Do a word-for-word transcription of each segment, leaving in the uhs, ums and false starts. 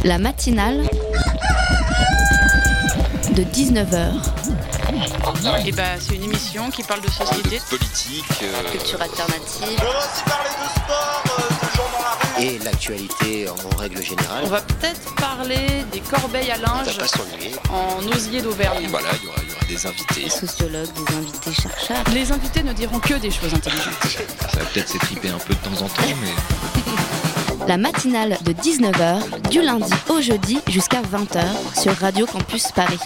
La matinale de dix-neuf heures. Et bah, c'est une émission qui parle de société, de politique, euh... culture alternative. On va aussi parler de sport, euh, de gens dans la rue. Et l'actualité en règle générale. On va peut-être parler des corbeilles à linge. On va pas s'ennuyer. En osier d'Auvergne. Voilà, il y aura, il y aura des invités. Des sociologues, des invités chercheurs. Les invités ne diront que des choses intelligentes. Ça va peut-être s'étriper un peu de temps en temps, mais... La matinale de dix-neuf heures, du lundi au jeudi jusqu'à vingt heures sur Radio Campus Paris.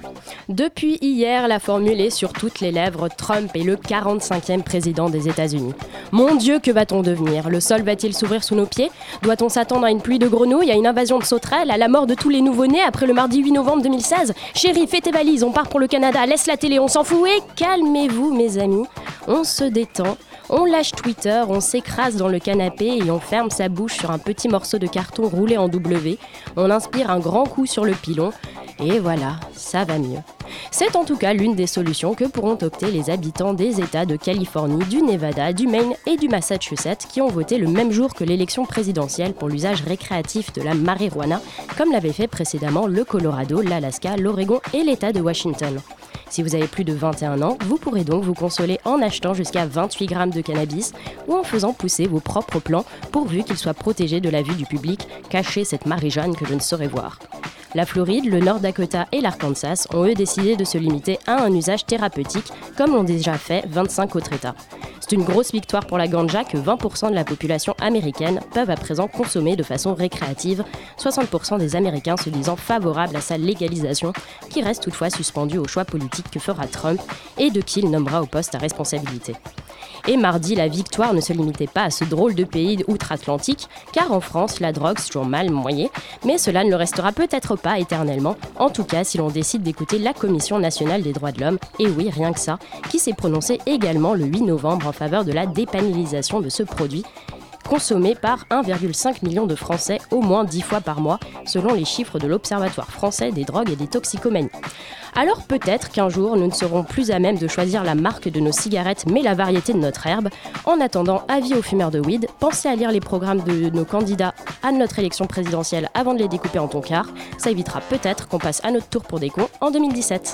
Depuis hier, la formule est sur toutes les lèvres. Trump est le quarante-cinquième président des États-Unis. Mon Dieu, que va-t-on devenir ? Le sol va-t-il s'ouvrir sous nos pieds ? Doit-on s'attendre à une pluie de grenouilles, à une invasion de sauterelles, à la mort de tous les nouveau-nés après le mardi huit novembre deux mille seize ? Chérie, fais tes valises, on part pour le Canada, laisse la télé, on s'en fout et calmez-vous mes amis. On se détend. On lâche Twitter, on s'écrase dans le canapé et on ferme sa bouche sur un petit morceau de carton roulé en W. On inspire un grand coup sur le pilon et voilà, ça va mieux. C'est en tout cas l'une des solutions que pourront opter les habitants des États de Californie, du Nevada, du Maine et du Massachusetts qui ont voté le même jour que l'élection présidentielle pour l'usage récréatif de la marijuana, comme l'avaient fait précédemment le Colorado, l'Alaska, l'Oregon et l'État de Washington. Si vous avez plus de vingt et un ans, vous pourrez donc vous consoler en achetant jusqu'à vingt-huit grammes de cannabis ou en faisant pousser vos propres plants pourvu qu'ils soient protégés de la vue du public, cachés cette Marie-Jeanne que je ne saurais voir. La Floride, le North Dakota et l'Arkansas ont eux décidé de se limiter à un usage thérapeutique comme l'ont déjà fait vingt-cinq autres États. C'est une grosse victoire pour la ganja que vingt pour cent de la population américaine peuvent à présent consommer de façon récréative, soixante pour cent des Américains se disant favorables à sa légalisation, qui reste toutefois suspendue au choix politique que fera Trump et de qui il nommera au poste à responsabilité. Et mardi, la victoire ne se limitait pas à ce drôle de pays outre-Atlantique, car en France, la drogue, c'est toujours mal moyen, mais cela ne le restera peut-être pas éternellement, en tout cas si l'on décide d'écouter la Commission nationale des droits de l'homme, et oui, rien que ça, qui s'est prononcée également le huit novembre en faveur de la dépénalisation de ce produit, consommé par un virgule cinq million de Français au moins dix fois par mois, selon les chiffres de l'Observatoire français des drogues et des toxicomanies. Alors peut-être qu'un jour, nous ne serons plus à même de choisir la marque de nos cigarettes, mais la variété de notre herbe. En attendant, avis aux fumeurs de weed, pensez à lire les programmes de nos candidats à notre élection présidentielle avant de les découper en tonkards. Ça évitera peut-être qu'on passe à notre tour pour des cons en deux mille dix-sept.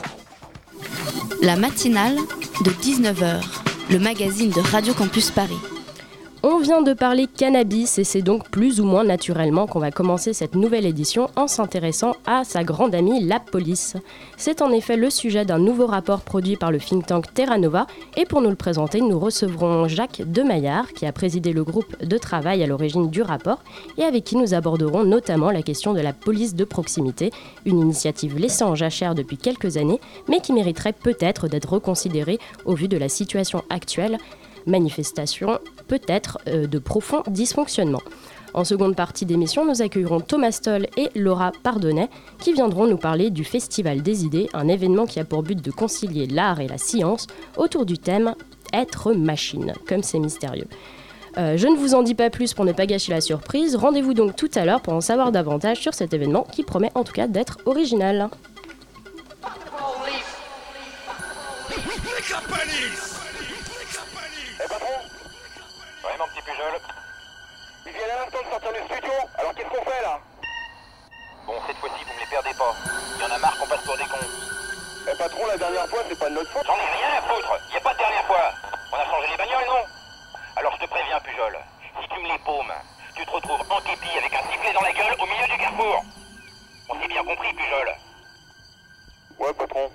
La matinale de dix-neuf heures, le magazine de Radio Campus Paris. On vient de parler cannabis et c'est donc plus ou moins naturellement qu'on va commencer cette nouvelle édition en s'intéressant à sa grande amie, la police. C'est en effet le sujet d'un nouveau rapport produit par le think tank Terra Nova et pour nous le présenter, nous recevrons Jacques Demaillard qui a présidé le groupe de travail à l'origine du rapport et avec qui nous aborderons notamment la question de la police de proximité, une initiative laissée en jachère depuis quelques années mais qui mériterait peut-être d'être reconsidérée au vu de la situation actuelle. Manifestation peut-être euh, de profonds dysfonctionnements. En seconde partie d'émission, nous accueillerons Thomas Stoll et Laura Pardonnet qui viendront nous parler du Festival des idées, un événement qui a pour but de concilier l'art et la science autour du thème « Être machine », comme c'est mystérieux. Euh, je ne vous en dis pas plus pour ne pas gâcher la surprise. Rendez-vous donc tout à l'heure pour en savoir davantage sur cet événement qui promet en tout cas d'être original. Ouais, mon petit Pujol. Ils viennent à l'instant de sortir du studio, alors qu'est-ce qu'on fait là ? Bon, cette fois-ci, vous me les perdez pas. Il y en a marre qu'on passe pour des cons. Eh patron, la dernière fois, c'est pas de notre faute. J'en ai rien à foutre. Y a pas de dernière fois. On a changé les bagnoles, non ? Alors je te préviens, Pujol. Si tu me les paumes, tu te retrouves en képi avec un sifflet dans la gueule au milieu du carrefour. On s'est bien compris, Pujol. Ouais, patron.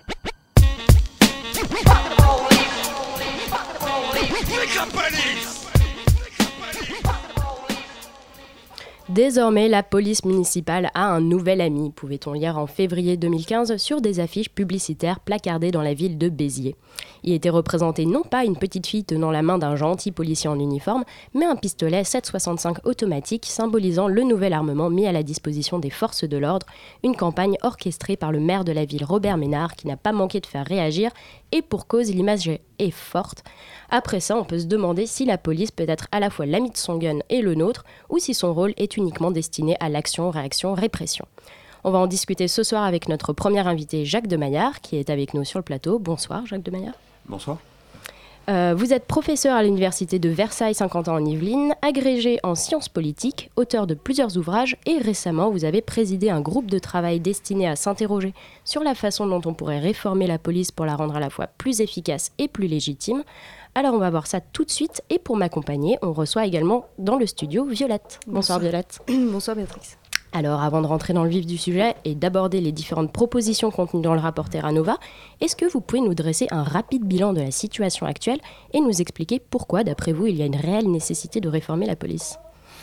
Désormais, la police municipale a un nouvel ami, pouvait-on lire en février deux mille quinze sur des affiches publicitaires placardées dans la ville de Béziers. Y était représentée non pas une petite fille tenant la main d'un gentil policier en uniforme, mais un pistolet sept soixante-cinq automatique symbolisant le nouvel armement mis à la disposition des forces de l'ordre, une campagne orchestrée par le maire de la ville Robert Ménard qui n'a pas manqué de faire réagir et pour cause l'image est forte. Après ça, on peut se demander si la police peut être à la fois l'ami de son gun et le nôtre, ou si son rôle est uniquement destiné à l'action, réaction, répression. On va en discuter ce soir avec notre premier invité, Jacques Demaillard, qui est avec nous sur le plateau. Bonsoir, Jacques Demaillard. Bonsoir. Euh, vous êtes professeur à l'université de Versailles-Saint-Quentin en Yvelines, agrégé en sciences politiques, auteur de plusieurs ouvrages et récemment vous avez présidé un groupe de travail destiné à s'interroger sur la façon dont on pourrait réformer la police pour la rendre à la fois plus efficace et plus légitime. Alors on va voir ça tout de suite et pour m'accompagner, on reçoit également dans le studio Violette. Bonsoir, Bonsoir. Violette. Bonsoir Béatrice. Alors, avant de rentrer dans le vif du sujet et d'aborder les différentes propositions contenues dans le rapport Terra Nova, est-ce que vous pouvez nous dresser un rapide bilan de la situation actuelle et nous expliquer pourquoi, d'après vous, il y a une réelle nécessité de réformer la police ?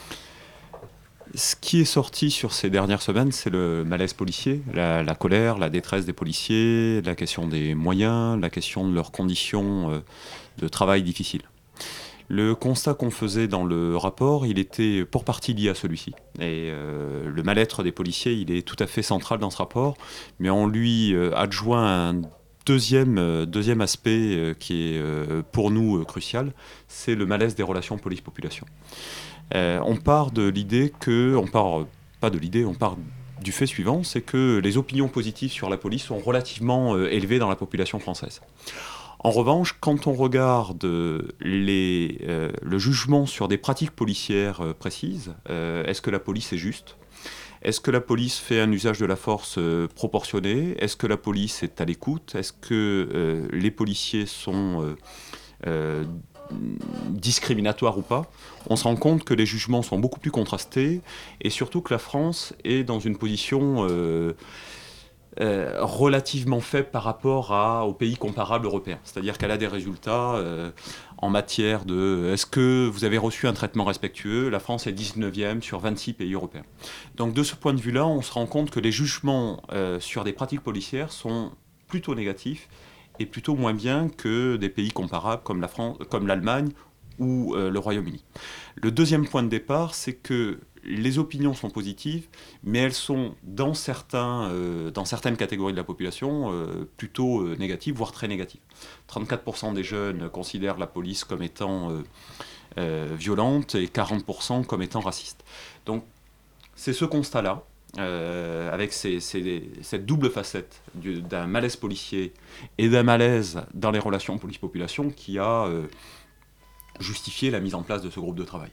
Ce qui est sorti sur ces dernières semaines, c'est le malaise policier, la, la colère, la détresse des policiers, la question des moyens, la question de leurs conditions euh, de travail difficiles. Le constat qu'on faisait dans le rapport, il était pour partie lié à celui-ci. Et euh, le mal-être des policiers, il est tout à fait central dans ce rapport, mais on lui euh, adjoint un deuxième, euh, deuxième aspect euh, qui est euh, pour nous euh, crucial, c'est le malaise des relations police-population. Euh, on part de l'idée que, on part pas de l'idée, on part du fait suivant, c'est que les opinions positives sur la police sont relativement euh, élevées dans la population française. En revanche, quand on regarde les, euh, le jugement sur des pratiques policières euh, précises, euh, est-ce que la police est juste ? Est-ce que la police fait un usage de la force euh, proportionné ? Est-ce que la police est à l'écoute ? Est-ce que euh, les policiers sont euh, euh, discriminatoires ou pas ? On se rend compte que les jugements sont beaucoup plus contrastés et surtout que la France est dans une position... Euh, Euh, relativement faible par rapport à, aux pays comparables européens. C'est-à-dire qu'elle a des résultats euh, en matière de... Est-ce que vous avez reçu un traitement respectueux ? La France est dix-neuvième sur vingt-six pays européens. Donc de ce point de vue-là, on se rend compte que les jugements euh, sur des pratiques policières sont plutôt négatifs et plutôt moins bien que des pays comparables comme, la France, comme l'Allemagne ou euh, le Royaume-Uni. Le deuxième point de départ, c'est que les opinions sont positives, mais elles sont dans, certains, euh, dans certaines catégories de la population euh, plutôt euh, négatives, voire très négatives. trente-quatre pour cent des jeunes considèrent la police comme étant euh, euh, violente et quarante pour cent comme étant raciste. Donc c'est ce constat-là, euh, avec ces, ces, cette double facette du, d'un malaise policier et d'un malaise dans les relations police-population qui a euh, justifié la mise en place de ce groupe de travail.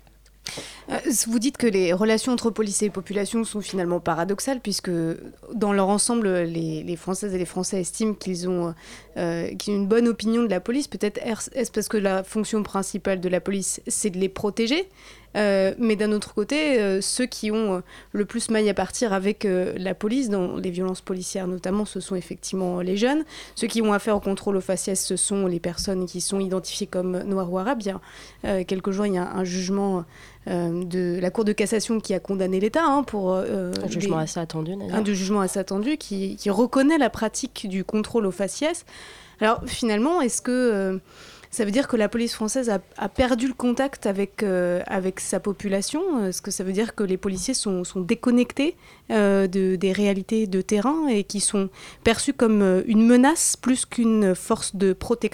Vous dites que les relations entre police et population sont finalement paradoxales puisque dans leur ensemble, les, les Françaises et les Français estiment qu'ils ont, euh, qu'ils ont une bonne opinion de la police. Peut-être est-ce parce que la fonction principale de la police, c'est de les protéger ? Euh, mais d'un autre côté, euh, ceux qui ont euh, le plus maille à partir avec euh, la police, dans les violences policières notamment, ce sont effectivement les jeunes. Ceux qui ont affaire au contrôle aux faciès, ce sont les personnes qui sont identifiées comme noires ou arabes. Il y a euh, quelques jours, il y a un jugement euh, de la Cour de cassation qui a condamné l'État hein, pour... Euh, un jugement des... assez attendu, d'ailleurs. Un jugement assez attendu qui, qui reconnaît la pratique du contrôle aux faciès. Alors finalement, est-ce que... Euh, Ça veut dire que la police française a, a perdu le contact avec, euh, avec sa population ? Est-ce que ça veut dire que les policiers sont, sont déconnectés euh, de, des réalités de terrain et qui sont perçus comme une menace plus qu'une force de protection ?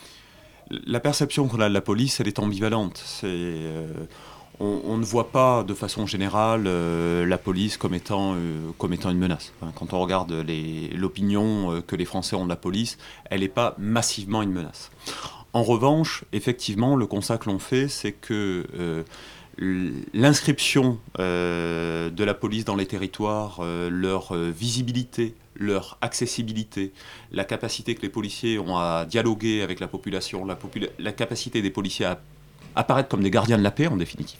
La perception qu'on a de la police, elle est ambivalente. C'est, euh, on, on ne voit pas de façon générale euh, la police comme étant, euh, comme étant une menace. Enfin, quand on regarde les, l'opinion euh, que les Français ont de la police, elle n'est pas massivement une menace. En revanche, effectivement, le constat que l'on fait, c'est que euh, l'inscription euh, de la police dans les territoires, euh, leur euh, visibilité, leur accessibilité, la capacité que les policiers ont à dialoguer avec la population, la, popula- la capacité des policiers à apparaître comme des gardiens de la paix, en définitive,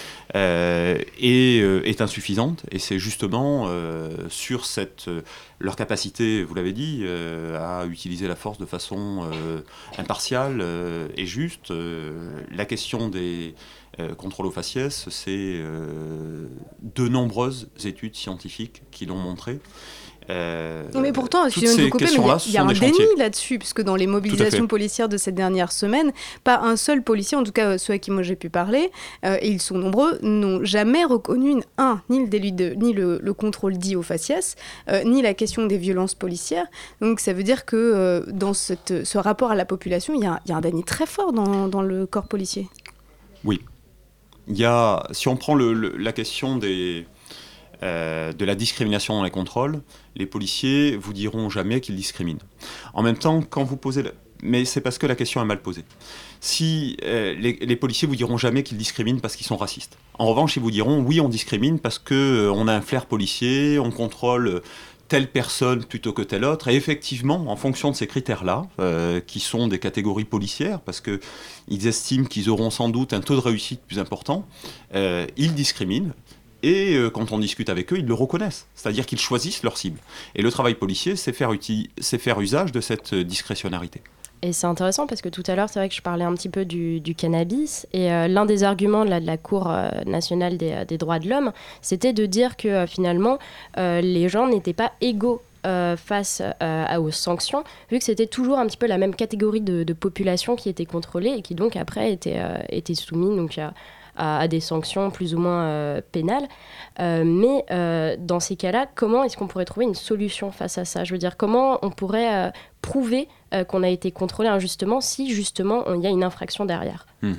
euh, est, euh, est insuffisante. Et c'est justement euh, sur cette, euh, leur capacité, vous l'avez dit, euh, à utiliser la force de façon euh, impartiale euh, et juste. Euh, la question des euh, contrôles aux faciès, c'est euh, de nombreuses études scientifiques qui l'ont montré. Euh, mais pourtant, excusez-moi de vous couper, mais il y a, y a un déni chantiers. là-dessus, puisque dans les mobilisations policières de ces dernières semaines, pas un seul policier, en tout cas ceux à qui moi j'ai pu parler, euh, et ils sont nombreux, n'ont jamais reconnu une, un, ni le délit de, ni le, le contrôle dit aux faciès, euh, ni la question des violences policières. Donc ça veut dire que euh, dans cette, ce rapport à la population, il y, y a un déni très fort dans, dans le corps policier. Oui. Il y a, si on prend le, le, la question des... Euh, de la discrimination dans les contrôles, les policiers vous diront jamais qu'ils discriminent. En même temps, quand vous posez la... mais c'est parce que la question est mal posée. Si euh, les, les policiers vous diront jamais qu'ils discriminent parce qu'ils sont racistes. En revanche, ils vous diront oui, on discrimine parce que euh, on a un flair policier, on contrôle telle personne plutôt que telle autre. Et effectivement, en fonction de ces critères-là, euh, qui sont des catégories policières, parce qu'ils estiment qu'ils auront sans doute un taux de réussite plus important, euh, ils discriminent. Et euh, quand on discute avec eux, ils le reconnaissent. C'est-à-dire qu'ils choisissent leur cible. Et le travail policier, c'est faire, uti- c'est faire usage de cette discrétionnarité. Et c'est intéressant parce que tout à l'heure, c'est vrai que je parlais un petit peu du, du cannabis. Et euh, l'un des arguments là, de la Cour euh, nationale des, des droits de l'homme, c'était de dire que euh, finalement, euh, les gens n'étaient pas égaux euh, face euh, aux sanctions, vu que c'était toujours un petit peu la même catégorie de, de population qui était contrôlée et qui donc après était, euh, était soumise donc, à, à, à des sanctions plus ou moins euh, pénales. Euh, mais euh, dans ces cas-là, comment est-ce qu'on pourrait trouver une solution face à ça ? Je veux dire, comment on pourrait euh, prouver euh, qu'on a été contrôlé injustement si justement il y a une infraction derrière ? Mmh.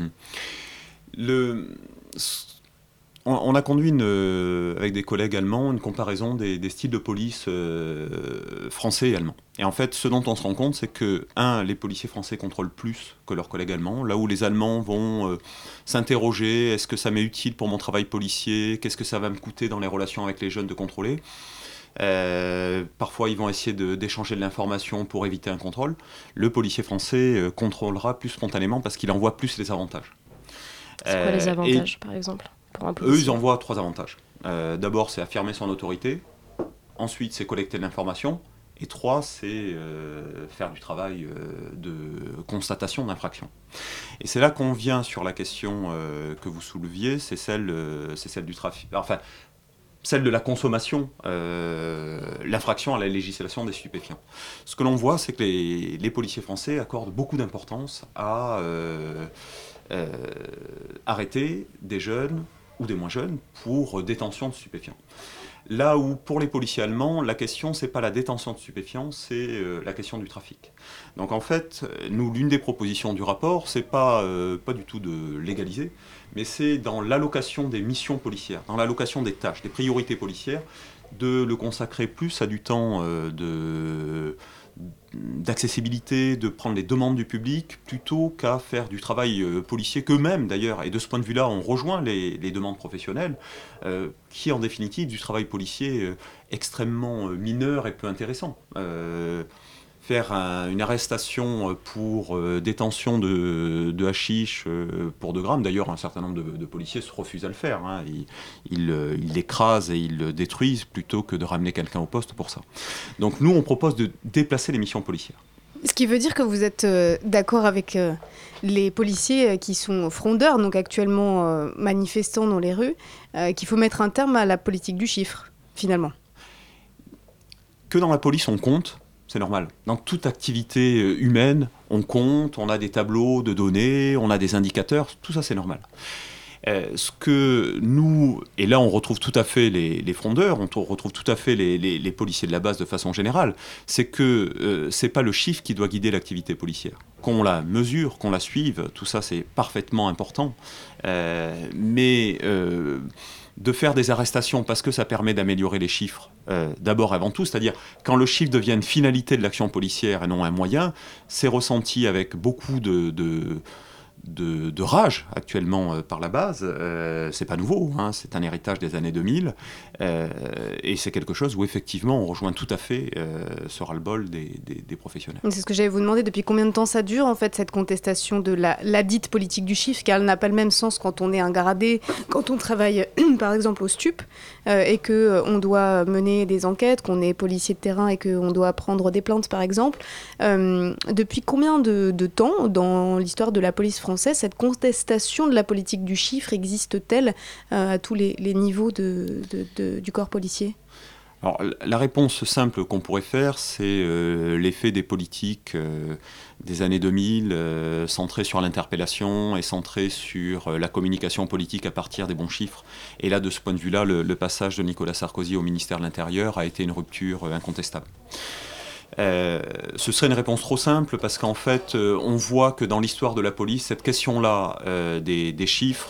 Le... On, on a conduit une, euh, avec des collègues allemands une comparaison des, des styles de police euh, français et allemands. Et en fait, ce dont on se rend compte, c'est que, un, les policiers français contrôlent plus que leurs collègues allemands, là où les Allemands vont euh, s'interroger, est-ce que ça m'est utile pour mon travail policier, qu'est-ce que ça va me coûter dans les relations avec les jeunes de contrôler. Euh, parfois, ils vont essayer de, d'échanger de l'information pour éviter un contrôle. Le policier français euh, contrôlera plus spontanément parce qu'il en voit plus les avantages. C'est quoi euh, les avantages, et, par exemple pour un eux, ils en voient trois avantages. Euh, d'abord, c'est affirmer son autorité. Ensuite, c'est collecter de l'information. Et trois, c'est euh, faire du travail euh, de constatation d'infraction. Et c'est là qu'on vient sur la question euh, que vous souleviez, c'est celle, euh, c'est celle du trafic. Enfin, celle de la consommation, euh, l'infraction à la législation des stupéfiants. Ce que l'on voit, c'est que les, les policiers français accordent beaucoup d'importance à euh, euh, arrêter des jeunes ou des moins jeunes pour détention de stupéfiants. Là où, pour les policiers allemands, la question, c'est pas la détention de stupéfiants, c'est euh, la question du trafic. Donc en fait, nous, l'une des propositions du rapport, c'est pas, euh, pas du tout de légaliser, mais c'est dans l'allocation des missions policières, dans l'allocation des tâches, des priorités policières, de le consacrer plus à du temps euh, de... d'accessibilité, de prendre les demandes du public, plutôt qu'à faire du travail euh, policier qu'eux-mêmes d'ailleurs. Et de ce point de vue-là, on rejoint les, les demandes professionnelles, euh, qui en définitive du travail policier euh, extrêmement euh, mineur et peu intéressant. Euh, faire un, une arrestation pour euh, détention de, de hashish euh, pour deux grammes, d'ailleurs un certain nombre de, de policiers se refusent à le faire, hein. Ils, ils, ils l'écrasent et ils le détruisent plutôt que de ramener quelqu'un au poste pour ça. Donc nous, on propose de déplacer les missions policières. Ce qui veut dire que vous êtes euh, d'accord avec euh, les policiers euh, qui sont frondeurs, donc actuellement euh, manifestants dans les rues, euh, qu'il faut mettre un terme à la politique du chiffre, finalement. Que dans la police, on compte, c'est normal. Dans toute activité humaine, on compte, on a des tableaux de données, on a des indicateurs, tout ça c'est normal. Euh, ce que nous, et là on retrouve tout à fait les, les frondeurs, on retrouve tout à fait les, les, les policiers de la base de façon générale, c'est que euh, c'est pas le chiffre qui doit guider l'activité policière. Qu'on la mesure, qu'on la suive, tout ça c'est parfaitement important. Euh, mais euh, de faire des arrestations parce que ça permet d'améliorer les chiffres, euh, d'abord avant tout, c'est-à-dire quand le chiffre devient une finalité de l'action policière et non un moyen, c'est ressenti avec beaucoup de... de De, de rage actuellement euh, par la base, euh, c'est pas nouveau, hein, c'est un héritage des années deux mille, euh, et c'est quelque chose où effectivement on rejoint tout à fait euh, ce ras-le-bol des, des, des professionnels. C'est ce que j'allais vous demander, depuis combien de temps ça dure en fait cette contestation de la, la dite politique du chiffre, car elle n'a pas le même sens quand on est un gradé, quand on travaille par exemple au stup, euh, et qu'on euh, doit mener des enquêtes, qu'on est policier de terrain et qu'on doit prendre des plaintes par exemple. Euh, depuis combien de, de temps dans l'histoire de la police française cette contestation de la politique du chiffre existe-t-elle euh, à tous les, les niveaux de, de, de, du corps policier ? Alors, la réponse simple qu'on pourrait faire, c'est euh, l'effet des politiques euh, des années deux mille, euh, centré sur l'interpellation et centré sur euh, la communication politique à partir des bons chiffres. Et là, de ce point de vue-là, le, le passage de Nicolas Sarkozy au ministère de l'Intérieur a été une rupture euh, incontestable. Euh, ce serait une réponse trop simple parce qu'en fait, euh, on voit que dans l'histoire de la police, cette question-là euh, des, des chiffres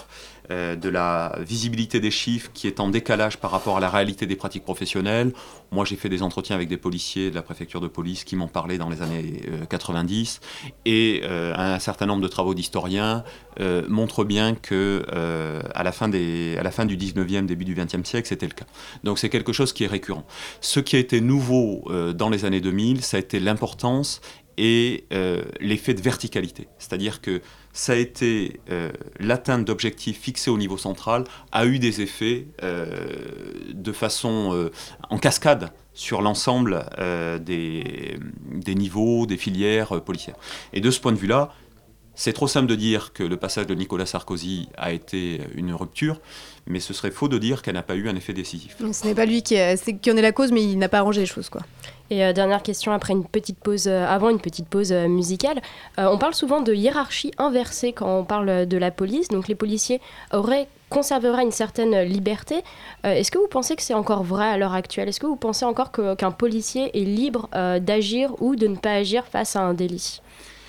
euh, de la visibilité des chiffres qui est en décalage par rapport à la réalité des pratiques professionnelles. Moi, j'ai fait des entretiens avec des policiers de la préfecture de police qui m'ont parlé dans les années euh, quatre-vingt-dix, et euh, un certain nombre de travaux d'historiens euh, montrent bien que euh, à la fin des, à la fin du dix-neuvième, début du vingtième siècle, c'était le cas. Donc c'est quelque chose qui est récurrent. Ce qui a été nouveau euh, dans les années deux mille, ça a été l'importance et euh, l'effet de verticalité. C'est-à-dire que ça a été euh, l'atteinte d'objectifs fixés au niveau central a eu des effets euh, de façon euh, en cascade sur l'ensemble euh, des, des niveaux, des filières euh, policières. Et de ce point de vue-là, c'est trop simple de dire que le passage de Nicolas Sarkozy a été une rupture, mais ce serait faux de dire qu'elle n'a pas eu un effet décisif. Ce n'est pas lui qui, a, c'est, qui en est la cause, mais il n'a pas arrangé les choses, quoi. Et euh, dernière question, après une petite pause, euh, avant une petite pause euh, musicale, euh, on parle souvent de hiérarchie inversée quand on parle de la police, donc les policiers auraient, conserveraient une certaine liberté. Euh, est-ce que vous pensez que c'est encore vrai à l'heure actuelle ? Est-ce que vous pensez encore que, qu'un policier est libre euh, d'agir ou de ne pas agir face à un délit ?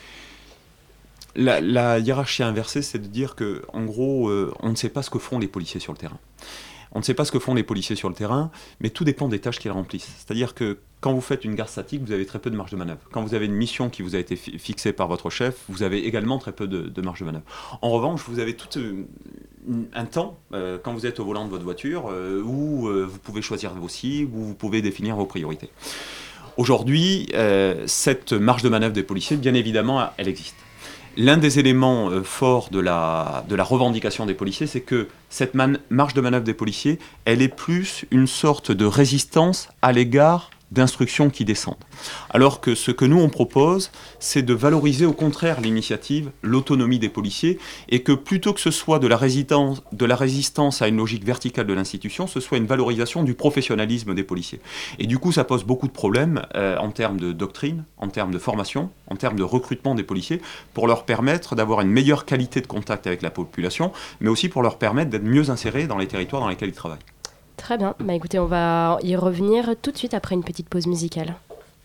La, la hiérarchie inversée, c'est de dire que, en gros, euh, on ne sait pas ce que font les policiers sur le terrain. On ne sait pas ce que font les policiers sur le terrain, mais tout dépend des tâches qu'ils remplissent. C'est-à-dire que quand vous faites une garde statique, vous avez très peu de marge de manœuvre. Quand vous avez une mission qui vous a été fi- fixée par votre chef, vous avez également très peu de, de marge de manœuvre. En revanche, vous avez tout euh, un temps, euh, quand vous êtes au volant de votre voiture, euh, où euh, vous pouvez choisir vos cibles, où vous pouvez définir vos priorités. Aujourd'hui, euh, cette marge de manœuvre des policiers, bien évidemment, elle existe. L'un des éléments euh, forts de la, de la revendication des policiers, c'est que cette man- marge de manœuvre des policiers, elle est plus une sorte de résistance à l'égard d'instructions qui descendent. Alors que ce que nous on propose, c'est de valoriser au contraire l'initiative, l'autonomie des policiers, et que plutôt que ce soit de la résistance, de la résistance à une logique verticale de l'institution, ce soit une valorisation du professionnalisme des policiers. Et du coup, ça pose beaucoup de problèmes euh, en termes de doctrine, en termes de formation, en termes de recrutement des policiers, pour leur permettre d'avoir une meilleure qualité de contact avec la population, mais aussi pour leur permettre d'être mieux insérés dans les territoires dans lesquels ils travaillent. Très bien, bah écoutez, on va y revenir tout de suite après une petite pause musicale.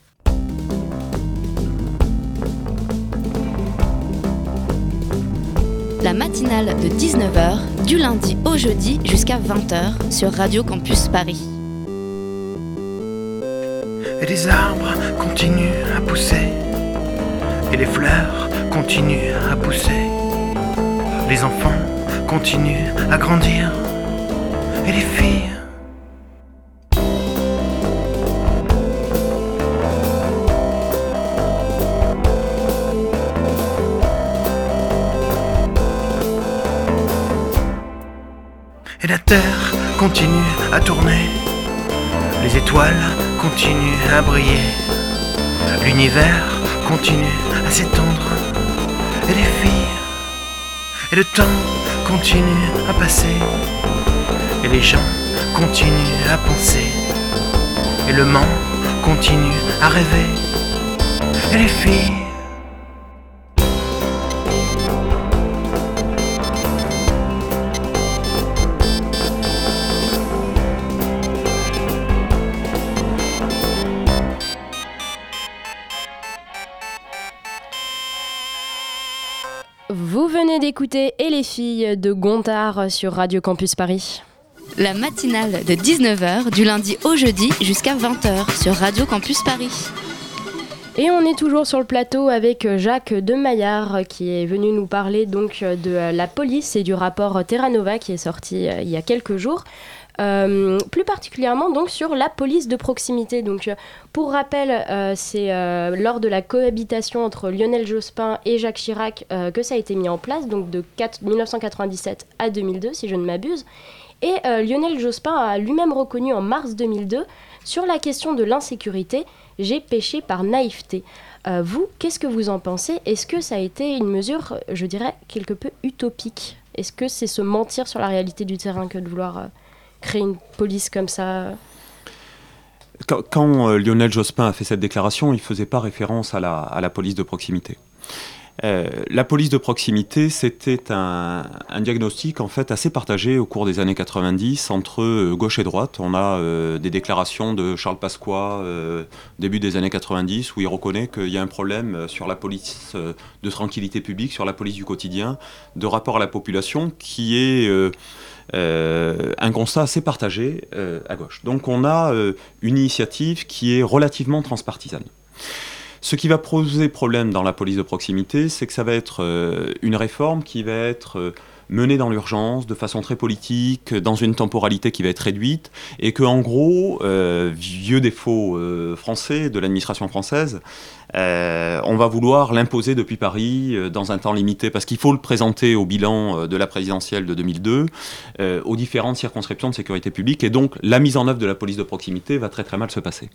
La matinale de dix-neuf heures, du lundi au jeudi jusqu'à vingt heures sur Radio Campus Paris. Et les arbres continuent à pousser, et les fleurs continuent à pousser, les enfants continuent à grandir, et les filles et la terre continue à tourner, les étoiles continuent à briller, l'univers continue à s'étendre, et les filles, et le temps continue à passer, et les gens continuent à penser, et le Mans continue à rêver, et les filles. Vous venez d'écouter Et les filles de Gontard sur Radio Campus Paris. La matinale de dix-neuf heures, du lundi au jeudi jusqu'à vingt heures sur Radio Campus Paris. Et on est toujours sur le plateau avec Jacques Demaillard qui est venu nous parler donc de la police et du rapport Terra Nova qui est sorti il y a quelques jours. Euh, plus particulièrement donc sur la police de proximité. Donc, pour rappel, euh, c'est euh, lors de la cohabitation entre Lionel Jospin et Jacques Chirac euh, que ça a été mis en place, donc de dix-neuf cent quatre-vingt-dix-sept à deux mille deux, si je ne m'abuse. Et euh, Lionel Jospin a lui-même reconnu en mars deux mille deux, sur la question de l'insécurité, « J'ai péché par naïveté ». Euh, vous, qu'est-ce que vous en pensez ? Est-ce que ça a été une mesure, je dirais, quelque peu utopique ? Est-ce que c'est se mentir sur la réalité du terrain que de vouloir... Euh, créer une police comme ça? Quand, quand euh, Lionel Jospin a fait cette déclaration, il ne faisait pas référence à la, à la police de proximité. Euh, la police de proximité, c'était un, un diagnostic en fait assez partagé au cours des années quatre-vingt-dix entre euh, gauche et droite. On a euh, des déclarations de Charles Pasqua euh, début des années quatre-vingt-dix où il reconnaît qu'il y a un problème sur la police euh, de tranquillité publique, sur la police du quotidien, de rapport à la population qui est euh, euh, un constat assez partagé euh, à gauche. Donc on a euh, une initiative qui est relativement transpartisane. Ce qui va poser problème dans la police de proximité, c'est que ça va être euh, une réforme qui va être euh, menée dans l'urgence, de façon très politique, dans une temporalité qui va être réduite, et que en gros, euh, vieux défaut euh, français de l'administration française, euh, on va vouloir l'imposer depuis Paris euh, dans un temps limité, parce qu'il faut le présenter au bilan euh, de la présidentielle de deux mille deux, euh, aux différentes circonscriptions de sécurité publique, et donc la mise en œuvre de la police de proximité va très très mal se passer.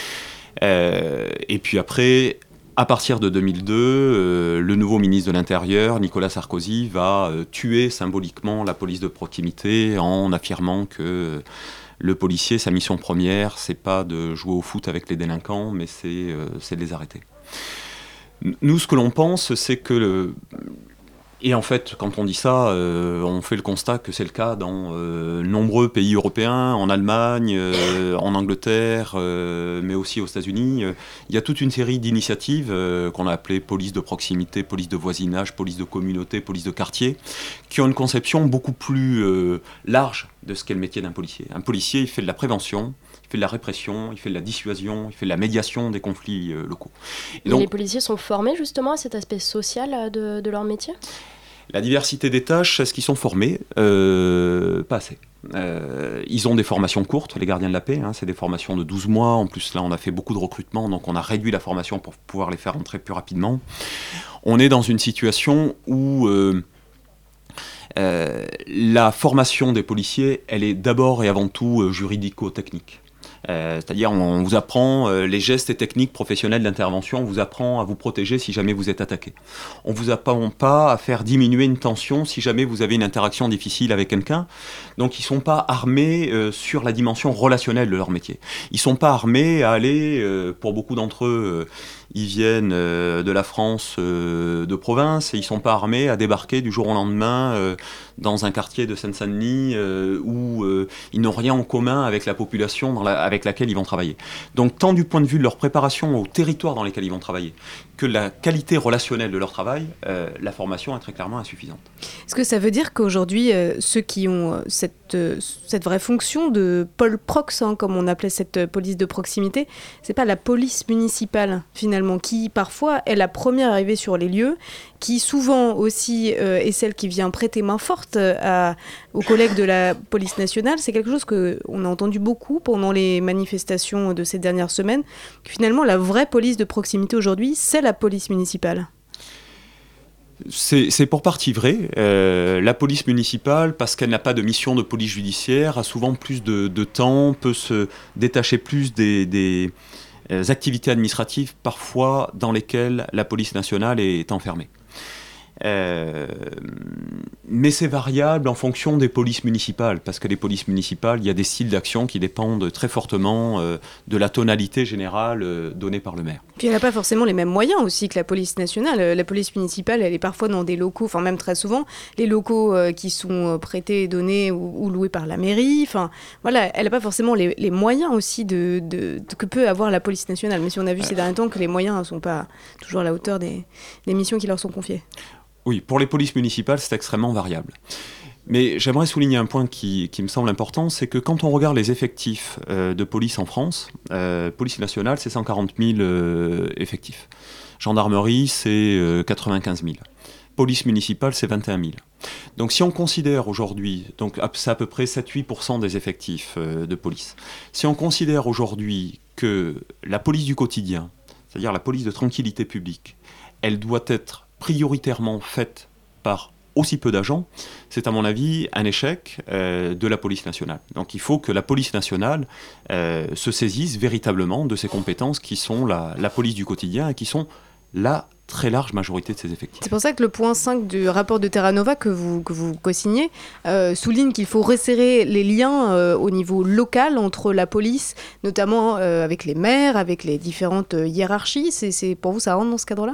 Euh, et puis après, à partir de deux mille deux, euh, le nouveau ministre de l'Intérieur, Nicolas Sarkozy, va euh, tuer symboliquement la police de proximité en affirmant que euh, le policier, sa mission première, c'est pas de jouer au foot avec les délinquants, mais c'est, euh, c'est de les arrêter. Nous, ce que l'on pense, c'est que... Le, Et en fait, quand on dit ça, euh, on fait le constat que c'est le cas dans euh, nombreux pays européens, en Allemagne, euh, en Angleterre, euh, mais aussi aux États-Unis. Il y a toute une série d'initiatives euh, qu'on a appelées police de proximité, police de voisinage, police de communauté, police de quartier, qui ont une conception beaucoup plus euh, large de ce qu'est le métier d'un policier. Un policier, il fait de la prévention, il fait de la répression, il fait de la dissuasion, il fait de la médiation des conflits euh, locaux. Et donc, les policiers sont formés justement à cet aspect social de, de leur métier ? La diversité des tâches, est-ce qu'ils sont formés ? euh, Pas assez. Euh, ils ont des formations courtes, les gardiens de la paix, hein, c'est des formations de douze mois. En plus, là, on a fait beaucoup de recrutement, donc on a réduit la formation pour pouvoir les faire rentrer plus rapidement. On est dans une situation où euh, euh, la formation des policiers, elle est d'abord et avant tout euh, juridico-technique. Euh, c'est-à-dire on vous apprend euh, les gestes et techniques professionnelles d'intervention, on vous apprend à vous protéger si jamais vous êtes attaqué. On ne vous apprend pas à faire diminuer une tension si jamais vous avez une interaction difficile avec quelqu'un. Donc ils ne sont pas armés euh, sur la dimension relationnelle de leur métier. Ils ne sont pas armés à aller, euh, pour beaucoup d'entre eux, euh, ils viennent euh, de la France euh, de province et ils ne sont pas armés à débarquer du jour au lendemain euh, dans un quartier de Seine-Saint-Denis euh, où euh, ils n'ont rien en commun avec la population dans la, avec laquelle ils vont travailler. Donc tant du point de vue de leur préparation au territoire dans lequel ils vont travailler que la qualité relationnelle de leur travail, euh, la formation est très clairement insuffisante. Est-ce que ça veut dire qu'aujourd'hui, euh, ceux qui ont euh, cette, euh, cette vraie fonction de Pol Prox, hein, comme on appelait cette euh, police de proximité, c'est pas la police municipale finalement, qui parfois est la première arrivée sur les lieux, qui souvent aussi euh, est celle qui vient prêter main forte à, aux collègues de la police nationale. C'est quelque chose qu'on a entendu beaucoup pendant les manifestations de ces dernières semaines, que finalement la vraie police de proximité aujourd'hui, c'est la police municipale. C'est, c'est pour partie vrai. Euh, la police municipale, parce qu'elle n'a pas de mission de police judiciaire, a souvent plus de, de temps, peut se détacher plus des, des euh, activités administratives, parfois dans lesquelles la police nationale est enfermée. Euh, mais c'est variable en fonction des polices municipales, parce que les polices municipales, il y a des styles d'action qui dépendent très fortement euh, de la tonalité générale euh, donnée par le maire. Puis elle n'a pas forcément les mêmes moyens aussi que la police nationale. La police municipale, elle est parfois dans des locaux, enfin même très souvent, les locaux euh, qui sont prêtés, donnés ou, ou loués par la mairie. Enfin voilà, elle n'a pas forcément les, les moyens aussi de, de, de, que peut avoir la police nationale. Mais si on a vu ouais. ces derniers temps que les moyens ne sont pas toujours à la hauteur des, des missions qui leur sont confiées. Oui, pour les polices municipales, c'est extrêmement variable. Mais j'aimerais souligner un point qui, qui me semble important, c'est que quand on regarde les effectifs euh, de police en France, euh, police nationale, c'est cent quarante mille euh, effectifs. Gendarmerie, c'est euh, quatre-vingt-quinze mille. Police municipale, c'est vingt et un mille. Donc si on considère aujourd'hui, donc c'est à peu près sept à huit pour cent des effectifs euh, de police, si on considère aujourd'hui que la police du quotidien, c'est-à-dire la police de tranquillité publique, elle doit être prioritairement faite par aussi peu d'agents, c'est à mon avis un échec euh, de la police nationale. Donc il faut que la police nationale euh, se saisisse véritablement de ses compétences qui sont la, la police du quotidien et qui sont la très large majorité de ses effectifs. C'est pour ça que le point cinq du rapport de Terra Nova que vous, que vous co-signez euh, souligne qu'il faut resserrer les liens euh, au niveau local entre la police, notamment euh, avec les maires, avec les différentes euh, hiérarchies. C'est, c'est, pour vous, ça rentre dans ce cadre-là ?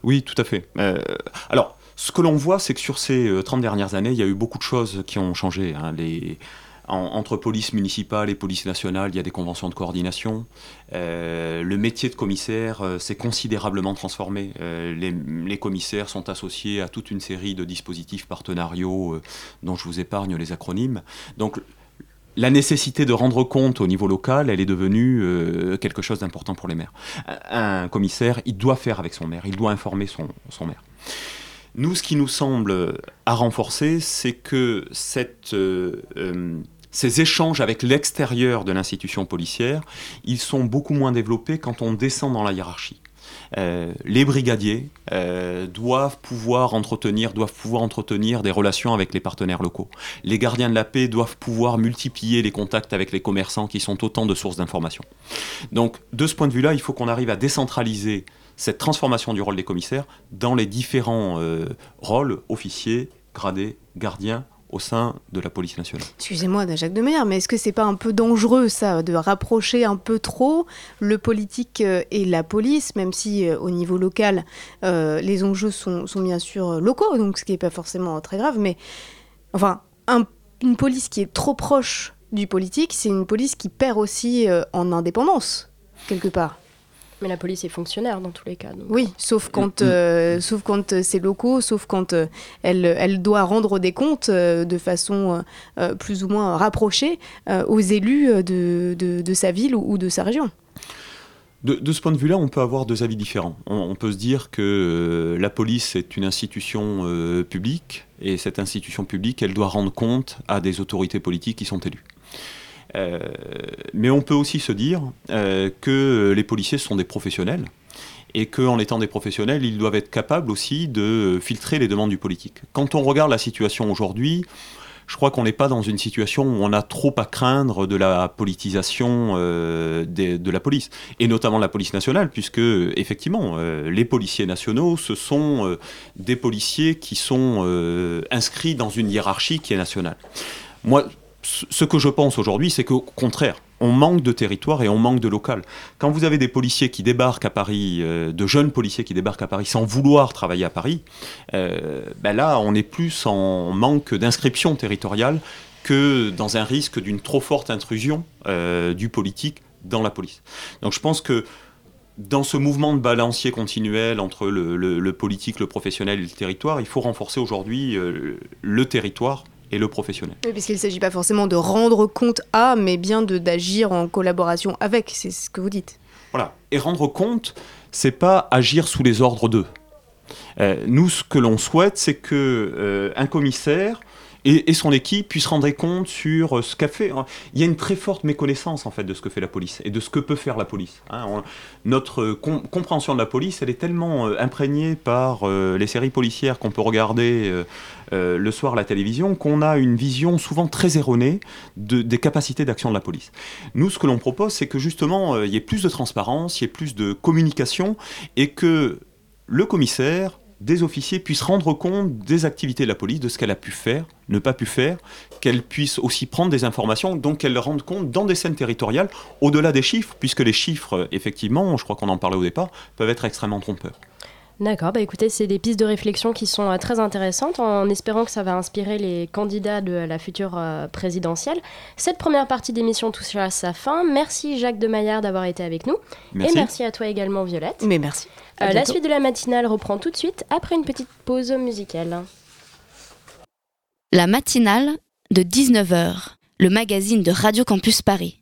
Oui, tout à fait. Euh, alors, ce que l'on voit, c'est que sur ces euh, trente dernières années, il y a eu beaucoup de choses qui ont changé. Hein. Les... En, entre police municipale et police nationale, il y a des conventions de coordination. Euh, le métier de commissaire euh, s'est considérablement transformé. Euh, les, les commissaires sont associés à toute une série de dispositifs partenariaux euh, dont je vous épargne les acronymes. Donc, la nécessité de rendre compte au niveau local, elle est devenue euh, quelque chose d'important pour les maires. Un, un commissaire, il doit faire avec son maire, il doit informer son, son maire. Nous, ce qui nous semble à renforcer, c'est que cette... Euh, euh, Ces échanges avec l'extérieur de l'institution policière, ils sont beaucoup moins développés quand on descend dans la hiérarchie. Euh, les brigadiers euh, doivent pouvoir entretenir, doivent pouvoir entretenir des relations avec les partenaires locaux. Les gardiens de la paix doivent pouvoir multiplier les contacts avec les commerçants qui sont autant de sources d'information. Donc, de ce point de vue-là, il faut qu'on arrive à décentraliser cette transformation du rôle des commissaires dans les différents euh, rôles, officiers, gradés, gardiens, au sein de la police nationale. Excusez-moi, Jacques Demeyer, mais est-ce que c'est pas un peu dangereux, ça, de rapprocher un peu trop le politique et la police, même si euh, au niveau local, euh, les enjeux sont, sont bien sûr locaux, donc ce qui n'est pas forcément très grave, mais enfin, un, une police qui est trop proche du politique, c'est une police qui perd aussi euh, en indépendance, quelque part. Mais la police est fonctionnaire dans tous les cas. Donc. Oui, sauf quand, euh, sauf quand c'est locaux, sauf quand euh, elle, elle doit rendre des comptes euh, de façon euh, plus ou moins rapprochée euh, aux élus de, de, de sa ville ou, ou de sa région. De, de ce point de vue-là, on peut avoir deux avis différents. On, on peut se dire que euh, la police est une institution euh, publique, et cette institution publique, elle doit rendre compte à des autorités politiques qui sont élues. Euh, mais on peut aussi se dire euh, que les policiers sont des professionnels et qu'en étant des professionnels, ils doivent être capables aussi de filtrer les demandes du politique. Quand on regarde la situation aujourd'hui, je crois qu'on n'est pas dans une situation où on a trop à craindre de la politisation euh, de, de la police, et notamment de la police nationale, puisque effectivement, euh, les policiers nationaux, ce sont euh, des policiers qui sont euh, inscrits dans une hiérarchie qui est nationale. Moi, ce que je pense aujourd'hui, c'est qu'au contraire, on manque de territoire et on manque de local. Quand vous avez des policiers qui débarquent à Paris, euh, de jeunes policiers qui débarquent à Paris sans vouloir travailler à Paris, euh, ben là, on est plus en manque d'inscription territoriale que dans un risque d'une trop forte intrusion euh, du politique dans la police. Donc je pense que dans ce mouvement de balancier continuel entre le, le, le politique, le professionnel et le territoire, il faut renforcer aujourd'hui euh, le territoire et le professionnel. Oui, puisqu'il ne s'agit pas forcément de rendre compte à, mais bien de, d'agir en collaboration avec, c'est ce que vous dites. Voilà. Et rendre compte, c'est pas agir sous les ordres d'eux. Euh, nous, ce que l'on souhaite, c'est que euh, un commissaire et, et son équipe puissent rendre compte sur ce qu'a fait. Il y a une très forte méconnaissance en fait de ce que fait la police et de ce que peut faire la police. Hein, on, notre com- compréhension de la police, elle est tellement euh, imprégnée par euh, les séries policières qu'on peut regarder euh, euh, le soir à la télévision, qu'on a une vision souvent très erronée de, des capacités d'action de la police. Nous, ce que l'on propose, c'est que justement, euh, il y ait plus de transparence, il y ait plus de communication, et que le commissaire, des officiers puissent rendre compte des activités de la police, de ce qu'elle a pu faire, ne pas pu faire, qu'elle puisse aussi prendre des informations, donc qu'elle rende compte dans des scènes territoriales, au-delà des chiffres, puisque les chiffres, effectivement, je crois qu'on en parlait au départ, peuvent être extrêmement trompeurs. D'accord, bah écoutez, c'est des pistes de réflexion qui sont euh, très intéressantes, en espérant que ça va inspirer les candidats de la future euh, présidentielle. Cette première partie d'émission touche à sa fin. Merci Jacques Demeyer d'avoir été avec nous. Merci. Et merci à toi également Violette. Mais merci. Euh, la suite de la matinale reprend tout de suite après une petite pause musicale. La matinale de dix-neuf heures, le magazine de Radio Campus Paris.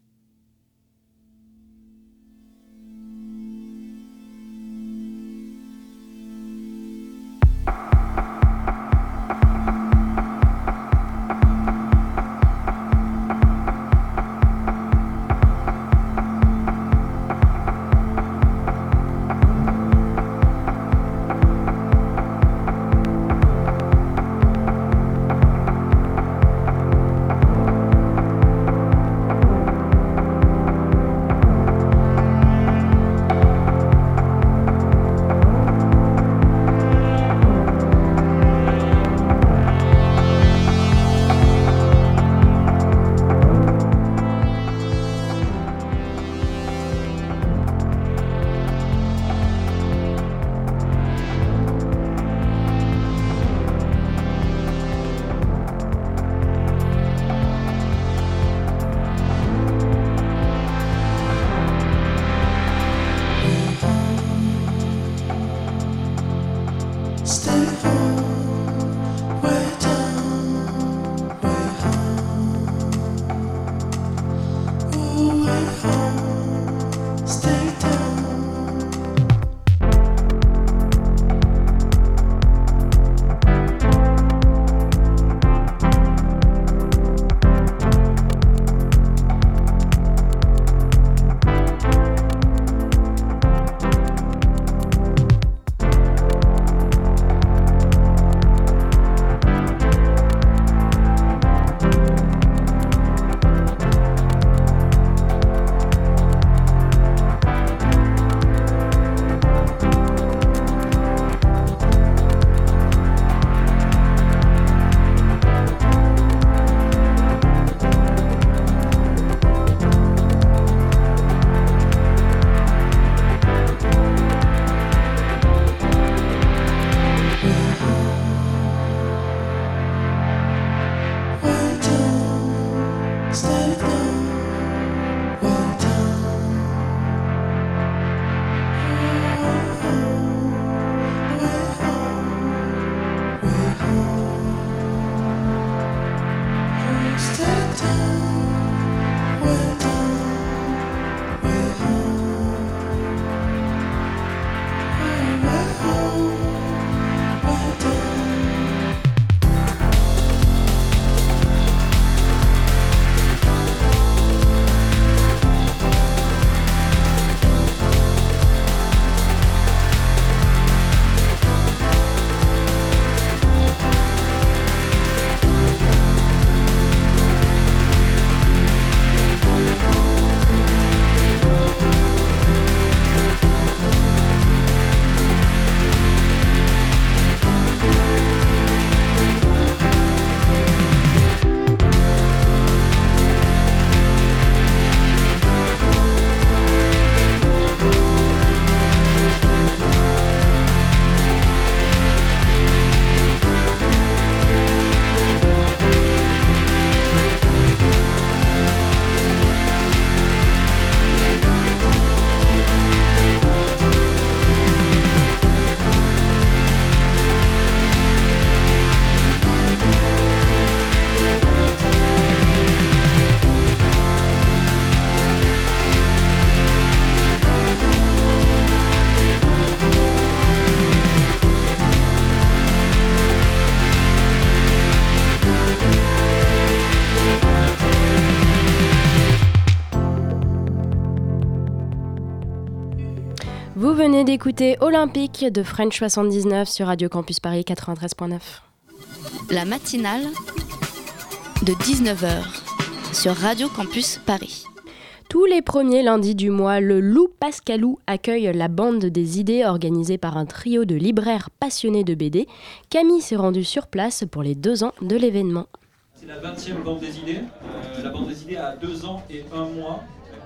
Vous venez d'écouter Olympique de French soixante-dix-neuf sur Radio Campus Paris quatre-vingt-treize neuf. La matinale de dix-neuf heures sur Radio Campus Paris. Tous les premiers lundis du mois, le Loup Pascalou accueille la bande des idées organisée par un trio de libraires passionnés de B D. Camille s'est rendue sur place pour les deux ans de l'événement. C'est la vingtième bande des idées. Euh, la bande des idées a deux ans et un mois.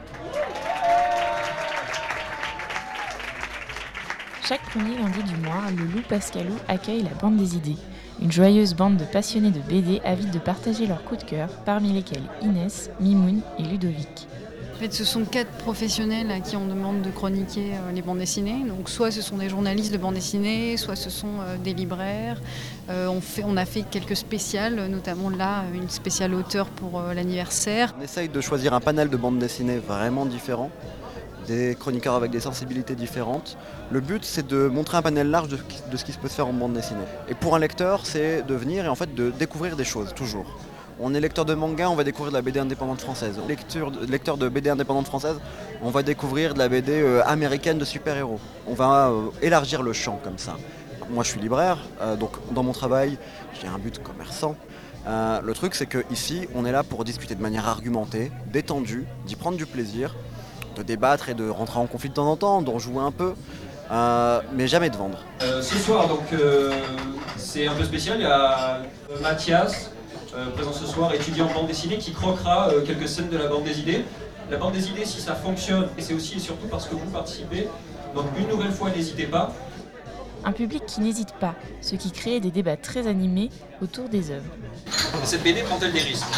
Chaque premier lundi du mois, le Loup Pascalou accueille la bande des idées. Une joyeuse bande de passionnés de B D avides de partager leurs coups de cœur, parmi lesquels Inès, Mimoun et Ludovic. En fait, ce sont quatre professionnels à qui on demande de chroniquer euh, les bandes dessinées. Donc, soit ce sont des journalistes de bandes dessinées, soit ce sont euh, des libraires. Euh, on, fait, on a fait quelques spéciales, notamment là, une spéciale auteur pour euh, l'anniversaire. On essaye de choisir un panel de bandes dessinées vraiment différents, des chroniqueurs avec des sensibilités différentes. Le but, c'est de montrer un panel large de, de ce qui se peut se faire en bande dessinée. Et pour un lecteur, c'est de venir et en fait de découvrir des choses, toujours. On est lecteur de manga, on va découvrir de la B D indépendante française. Lecteur de, lecteur de B D indépendante française, on va découvrir de la B D euh, américaine de super-héros. On va euh, élargir le champ comme ça. Moi, je suis libraire, euh, donc dans mon travail, j'ai un but commerçant. Euh, le truc, c'est qu'ici, on est là pour discuter de manière argumentée, détendue, d'y prendre du plaisir, de débattre et de rentrer en conflit de temps en temps, d'en jouer un peu, euh, mais jamais de vendre. Euh, ce soir, donc, euh, c'est un peu spécial. Il y a euh, Mathias, Euh, présent ce soir, étudiant en bande dessinée, qui croquera euh, quelques scènes de la bande des idées. La bande des idées, si ça fonctionne, et c'est aussi et surtout parce que vous participez, donc une nouvelle fois, n'hésitez pas. Un public qui n'hésite pas, ce qui crée des débats très animés autour des œuvres. Cette B D prend-elle des risques?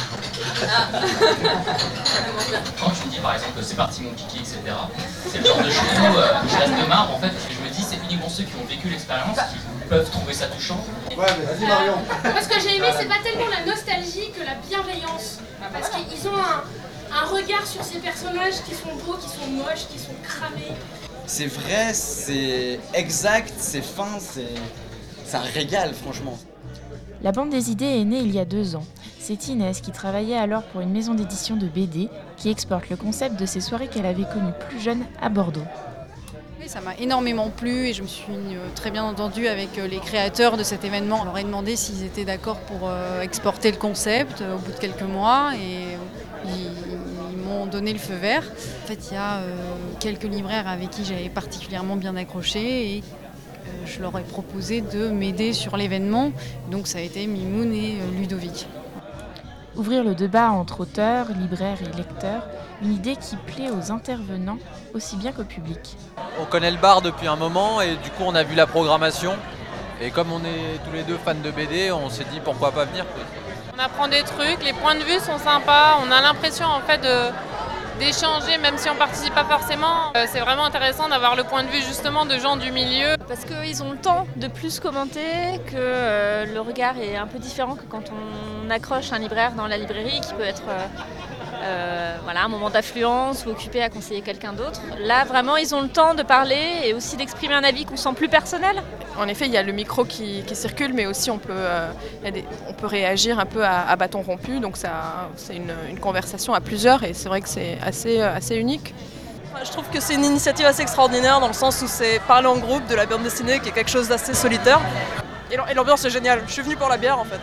Quand je me dis par exemple que c'est parti mon kiki, et cetera, c'est le genre de choses où euh, je reste de marbre en fait, parce que je me dis c'est uniquement ceux qui ont vécu l'expérience qui peuvent trouver ça touchant. Ouais, mais vas-y Marion. Euh, moi ce que j'ai aimé, c'est pas tellement la nostalgie que la bienveillance. Parce qu'ils ont un, un regard sur ces personnages qui sont beaux, qui sont moches, qui sont cramés. C'est vrai, c'est exact, c'est fin, c'est... c'est un régal franchement. La bande des idées est née il y a deux ans. C'est Inès qui travaillait alors pour une maison d'édition de B D qui exporte le concept de ces soirées qu'elle avait connues plus jeune à Bordeaux. Oui, ça m'a énormément plu et je me suis très bien entendue avec les créateurs de cet événement. On leur a demandé s'ils étaient d'accord pour exporter le concept au bout de quelques mois et ils, ils m'ont donné le feu vert. En fait, il y a quelques libraires avec qui j'avais particulièrement bien accroché et je leur ai proposé de m'aider sur l'événement. Donc ça a été Mimoun et Ludovic. Ouvrir le débat entre auteurs, libraires et lecteurs, une idée qui plaît aux intervenants aussi bien qu'au public. On connaît le bar depuis un moment et du coup on a vu la programmation. Et comme on est tous les deux fans de B D, on s'est dit pourquoi pas venir. On apprend des trucs, les points de vue sont sympas, on a l'impression en fait de... d'échanger même si on ne participe pas forcément. Euh, c'est vraiment intéressant d'avoir le point de vue justement de gens du milieu. Parce qu'ils ont le temps de plus commenter, que euh, le regard est un peu différent que quand on accroche un libraire dans la librairie qui peut être euh, euh, voilà, un moment d'affluence ou occupé à conseiller quelqu'un d'autre. Là vraiment ils ont le temps de parler et aussi d'exprimer un avis qu'on sent plus personnel. En effet il y a le micro qui, qui circule mais aussi on peut, euh, y a des, on peut réagir un peu à, à bâton rompu, donc ça, c'est une, une conversation à plusieurs et c'est vrai que c'est assez, assez unique. Je trouve que c'est une initiative assez extraordinaire dans le sens où c'est parler en groupe de la bande dessinée qui est quelque chose d'assez solitaire. Et l'ambiance est géniale, je suis venue pour la bière en fait.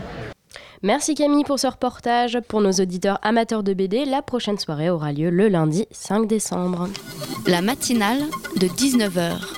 Merci Camille pour ce reportage. Pour nos auditeurs amateurs de B D, la prochaine soirée aura lieu le lundi cinq décembre. La matinale de dix-neuf heures.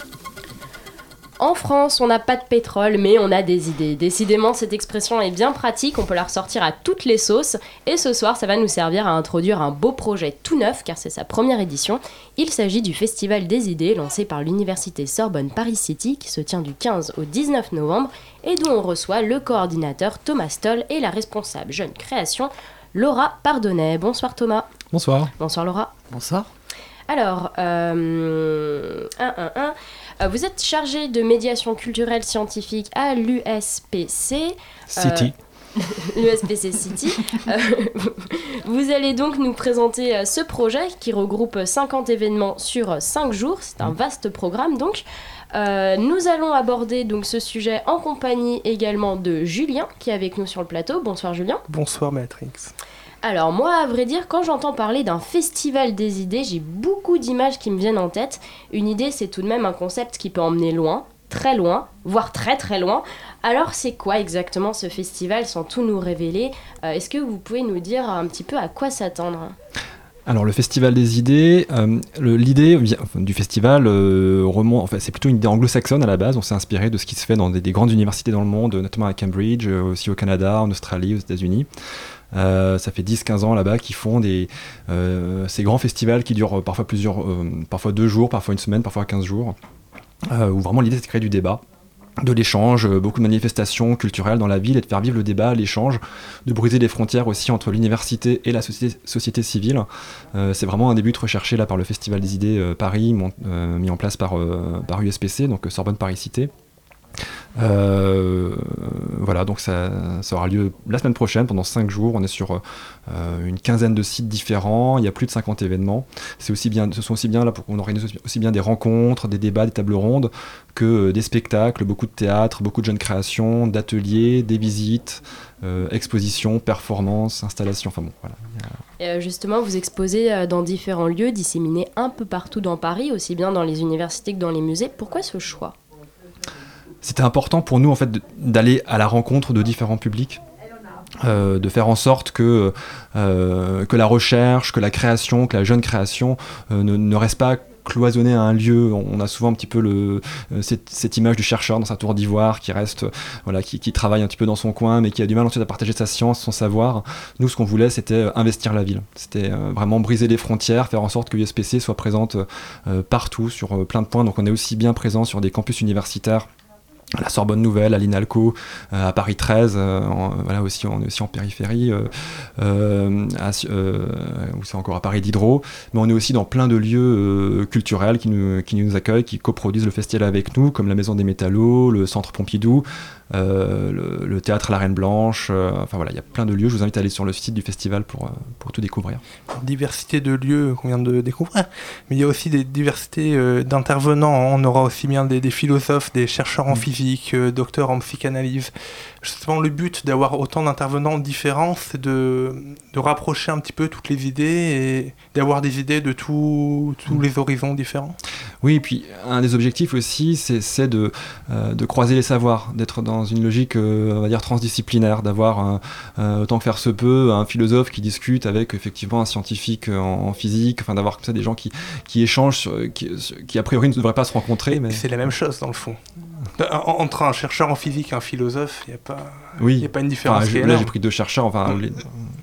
En France, on n'a pas de pétrole, mais on a des idées. Décidément, cette expression est bien pratique, on peut la ressortir à toutes les sauces. Et ce soir, ça va nous servir à introduire un beau projet tout neuf, car c'est sa première édition. Il s'agit du Festival des idées, lancé par l'Université Sorbonne Paris City, qui se tient du quinze au dix-neuf novembre, et d'où on reçoit le coordinateur Thomas Stoll et la responsable jeune création, Laura Pardonnet. Bonsoir Thomas. Bonsoir. Bonsoir Laura. Bonsoir. Alors, euh, un, un, un. Vous êtes chargé de médiation culturelle scientifique à l'U S P C. City. Euh, l'U S P C City. euh, vous allez donc nous présenter ce projet qui regroupe cinquante événements sur cinq jours. C'est un vaste programme donc. Euh, nous allons aborder donc ce sujet en compagnie également de Julien qui est avec nous sur le plateau. Bonsoir Julien. Bonsoir Matrix. Alors moi, à vrai dire, quand j'entends parler d'un festival des idées, j'ai beaucoup d'images qui me viennent en tête. Une idée, c'est tout de même un concept qui peut emmener loin, très loin, voire très très loin. Alors c'est quoi exactement ce festival sans tout nous révéler ? euh, Est-ce que vous pouvez nous dire un petit peu à quoi s'attendre ? Alors le Festival des idées, euh, le, l'idée vient, enfin, du festival euh, remonte, enfin, c'est plutôt une idée anglo-saxonne à la base. On s'est inspiré de ce qui se fait dans des, des grandes universités dans le monde, notamment à Cambridge, euh, aussi au Canada, en Australie, aux États-Unis. Euh, ça fait dix quinze ans là-bas qu'ils font des, euh, ces grands festivals qui durent parfois plusieurs, euh, parfois deux jours, parfois une semaine, parfois quinze jours, euh, où vraiment l'idée c'est de créer du débat, de l'échange, beaucoup de manifestations culturelles dans la ville et de faire vivre le débat, l'échange, de briser les frontières aussi entre l'université et la société, société civile. Euh, c'est vraiment un des buts recherchés là par le Festival des idées euh, Paris, mon, euh, mis en place par, euh, par U S P C, donc Sorbonne Paris Cité. Euh, voilà, donc ça, ça aura lieu la semaine prochaine pendant cinq jours. On est sur euh, une quinzaine de sites différents. Il y a plus de cinquante événements. C'est aussi bien, ce sont aussi bien là pour qu'on organise aussi bien des rencontres, des débats, des tables rondes que euh, des spectacles, beaucoup de théâtre, beaucoup de jeunes créations, d'ateliers, des visites, euh, expositions, performances, installations. Enfin bon, voilà. Et euh, justement, vous exposez euh, dans différents lieux disséminés un peu partout dans Paris, aussi bien dans les universités que dans les musées. Pourquoi ce choix ? C'était important pour nous en fait d'aller à la rencontre de différents publics, euh, de faire en sorte que, euh, que la recherche, que la création, que la jeune création euh, ne, ne reste pas cloisonnée à un lieu. On a souvent un petit peu le, euh, cette, cette image du chercheur dans sa tour d'ivoire qui reste, euh, voilà, qui, qui travaille un petit peu dans son coin mais qui a du mal ensuite à partager sa science, son savoir. Nous, ce qu'on voulait, c'était investir la ville. C'était euh, vraiment briser les frontières, faire en sorte que U S P C soit présente euh, partout, sur euh, plein de points. Donc on est aussi bien présent sur des campus universitaires, à la Sorbonne Nouvelle, à l'INALCO, euh, à Paris treize, euh, en, voilà, aussi, on est aussi en périphérie, euh, euh, à, euh, ou c'est encore à Paris Diderot, mais on est aussi dans plein de lieux euh, culturels qui nous, qui nous accueillent, qui coproduisent le festival avec nous, comme la Maison des Métallos, le Centre Pompidou, euh, le, le Théâtre La Reine Blanche, euh, enfin voilà, il y a plein de lieux. Je vous invite à aller sur le site du festival pour, pour tout découvrir. Diversité de lieux qu'on vient de découvrir, mais il y a aussi des diversités euh, d'intervenants. On aura aussi bien des, des philosophes, des chercheurs en physique, Euh, docteur en psychanalyse. Justement, le but d'avoir autant d'intervenants différents, c'est de, de rapprocher un petit peu toutes les idées et d'avoir des idées de tout, tous mmh. les horizons différents. Oui, et puis un des objectifs aussi, c'est, c'est de, euh, de croiser les savoirs, d'être dans une logique, euh, on va dire, transdisciplinaire, d'avoir, un, euh, autant que faire se peut, un philosophe qui discute avec effectivement un scientifique en, en physique, enfin d'avoir comme ça des gens qui, qui échangent, sur, qui, qui a priori ne devraient pas se rencontrer. Mais... C'est la même chose dans le fond. Entre un chercheur en physique et un philosophe, il n'y a pas, oui. y a pas une différence. Enfin, là, j'ai pris deux chercheurs. Enfin, les...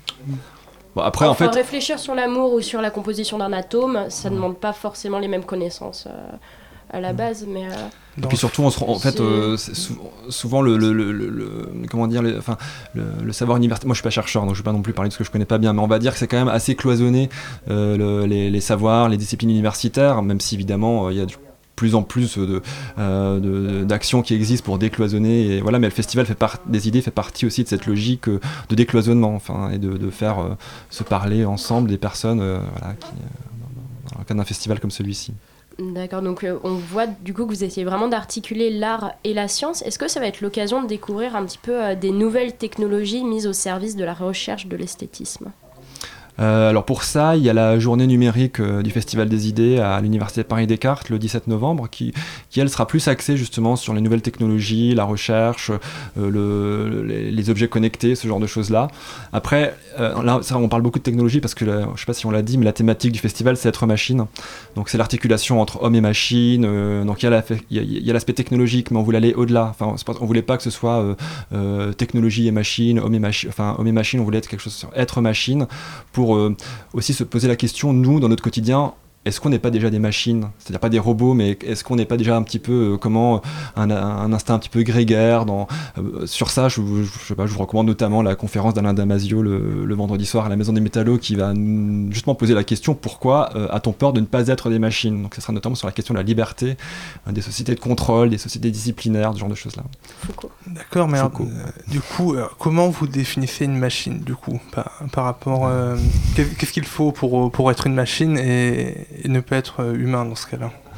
bon, après, enfin, en fait, réfléchir sur l'amour ou sur la composition d'un atome, ça ne demande pas forcément les mêmes connaissances euh, à la base, mais. Euh... Et puis surtout, on se rend, en fait, euh, c'est sou- souvent le, le, le, le, le comment dire, le, enfin, le, le savoir universitaire. Moi, je suis pas chercheur, donc je vais pas non plus parler de ce que je connais pas bien, mais on va dire que c'est quand même assez cloisonné euh, le, les, les savoirs, les disciplines universitaires, même si évidemment il euh, y a du plus en plus de, euh, de, d'actions qui existent pour décloisonner, et voilà, mais le festival fait part, des idées fait partie aussi de cette logique euh, de décloisonnement, enfin, et de, de faire euh, se parler ensemble des personnes euh, voilà, qui, euh, dans le cadre d'un festival comme celui-ci. D'accord, donc euh, on voit du coup que vous essayez vraiment d'articuler l'art et la science. Est-ce que ça va être l'occasion de découvrir un petit peu euh, des nouvelles technologies mises au service de la recherche de l'esthétisme ? Euh, alors pour ça, il y a la journée numérique euh, du Festival des idées à l'Université Paris-Descartes le dix-sept novembre qui, qui elle sera plus axée justement sur les nouvelles technologies, la recherche, euh, le, les, les objets connectés, ce genre de choses-là. Après, euh, là ça, on parle beaucoup de technologie parce que là, je ne sais pas si on l'a dit, mais la thématique du festival c'est être machine. Donc c'est l'articulation entre homme et machine. Euh, donc il y a, la, il y a, il y a l'aspect technologique, mais on voulait aller au-delà. Enfin, on ne voulait pas que ce soit euh, euh, technologie et machine, homme et machine. Enfin, homme et machine, on voulait être quelque chose sur être machine pour Euh, aussi se poser la question, nous, dans notre quotidien, est-ce qu'on n'est pas déjà des machines ? C'est-à-dire pas des robots, mais est-ce qu'on n'est pas déjà un petit peu, euh, comment, un, un instinct un petit peu grégaire dans, euh, sur ça, je, je, je sais pas, je vous recommande notamment la conférence d'Alain Damasio le, le vendredi soir à la Maison des Métallos qui va n- justement poser la question, pourquoi euh, a-t-on peur de ne pas être des machines ? Donc ce sera notamment sur la question de la liberté, euh, des sociétés de contrôle, des sociétés disciplinaires, ce genre de choses-là. Foucault. D'accord, mais alors, euh, du coup, euh, comment vous définissez une machine, du coup, par, par rapport... Euh, qu'est-ce qu'il faut pour, pour être une machine et, et ne pas être humain dans ce cas-là ?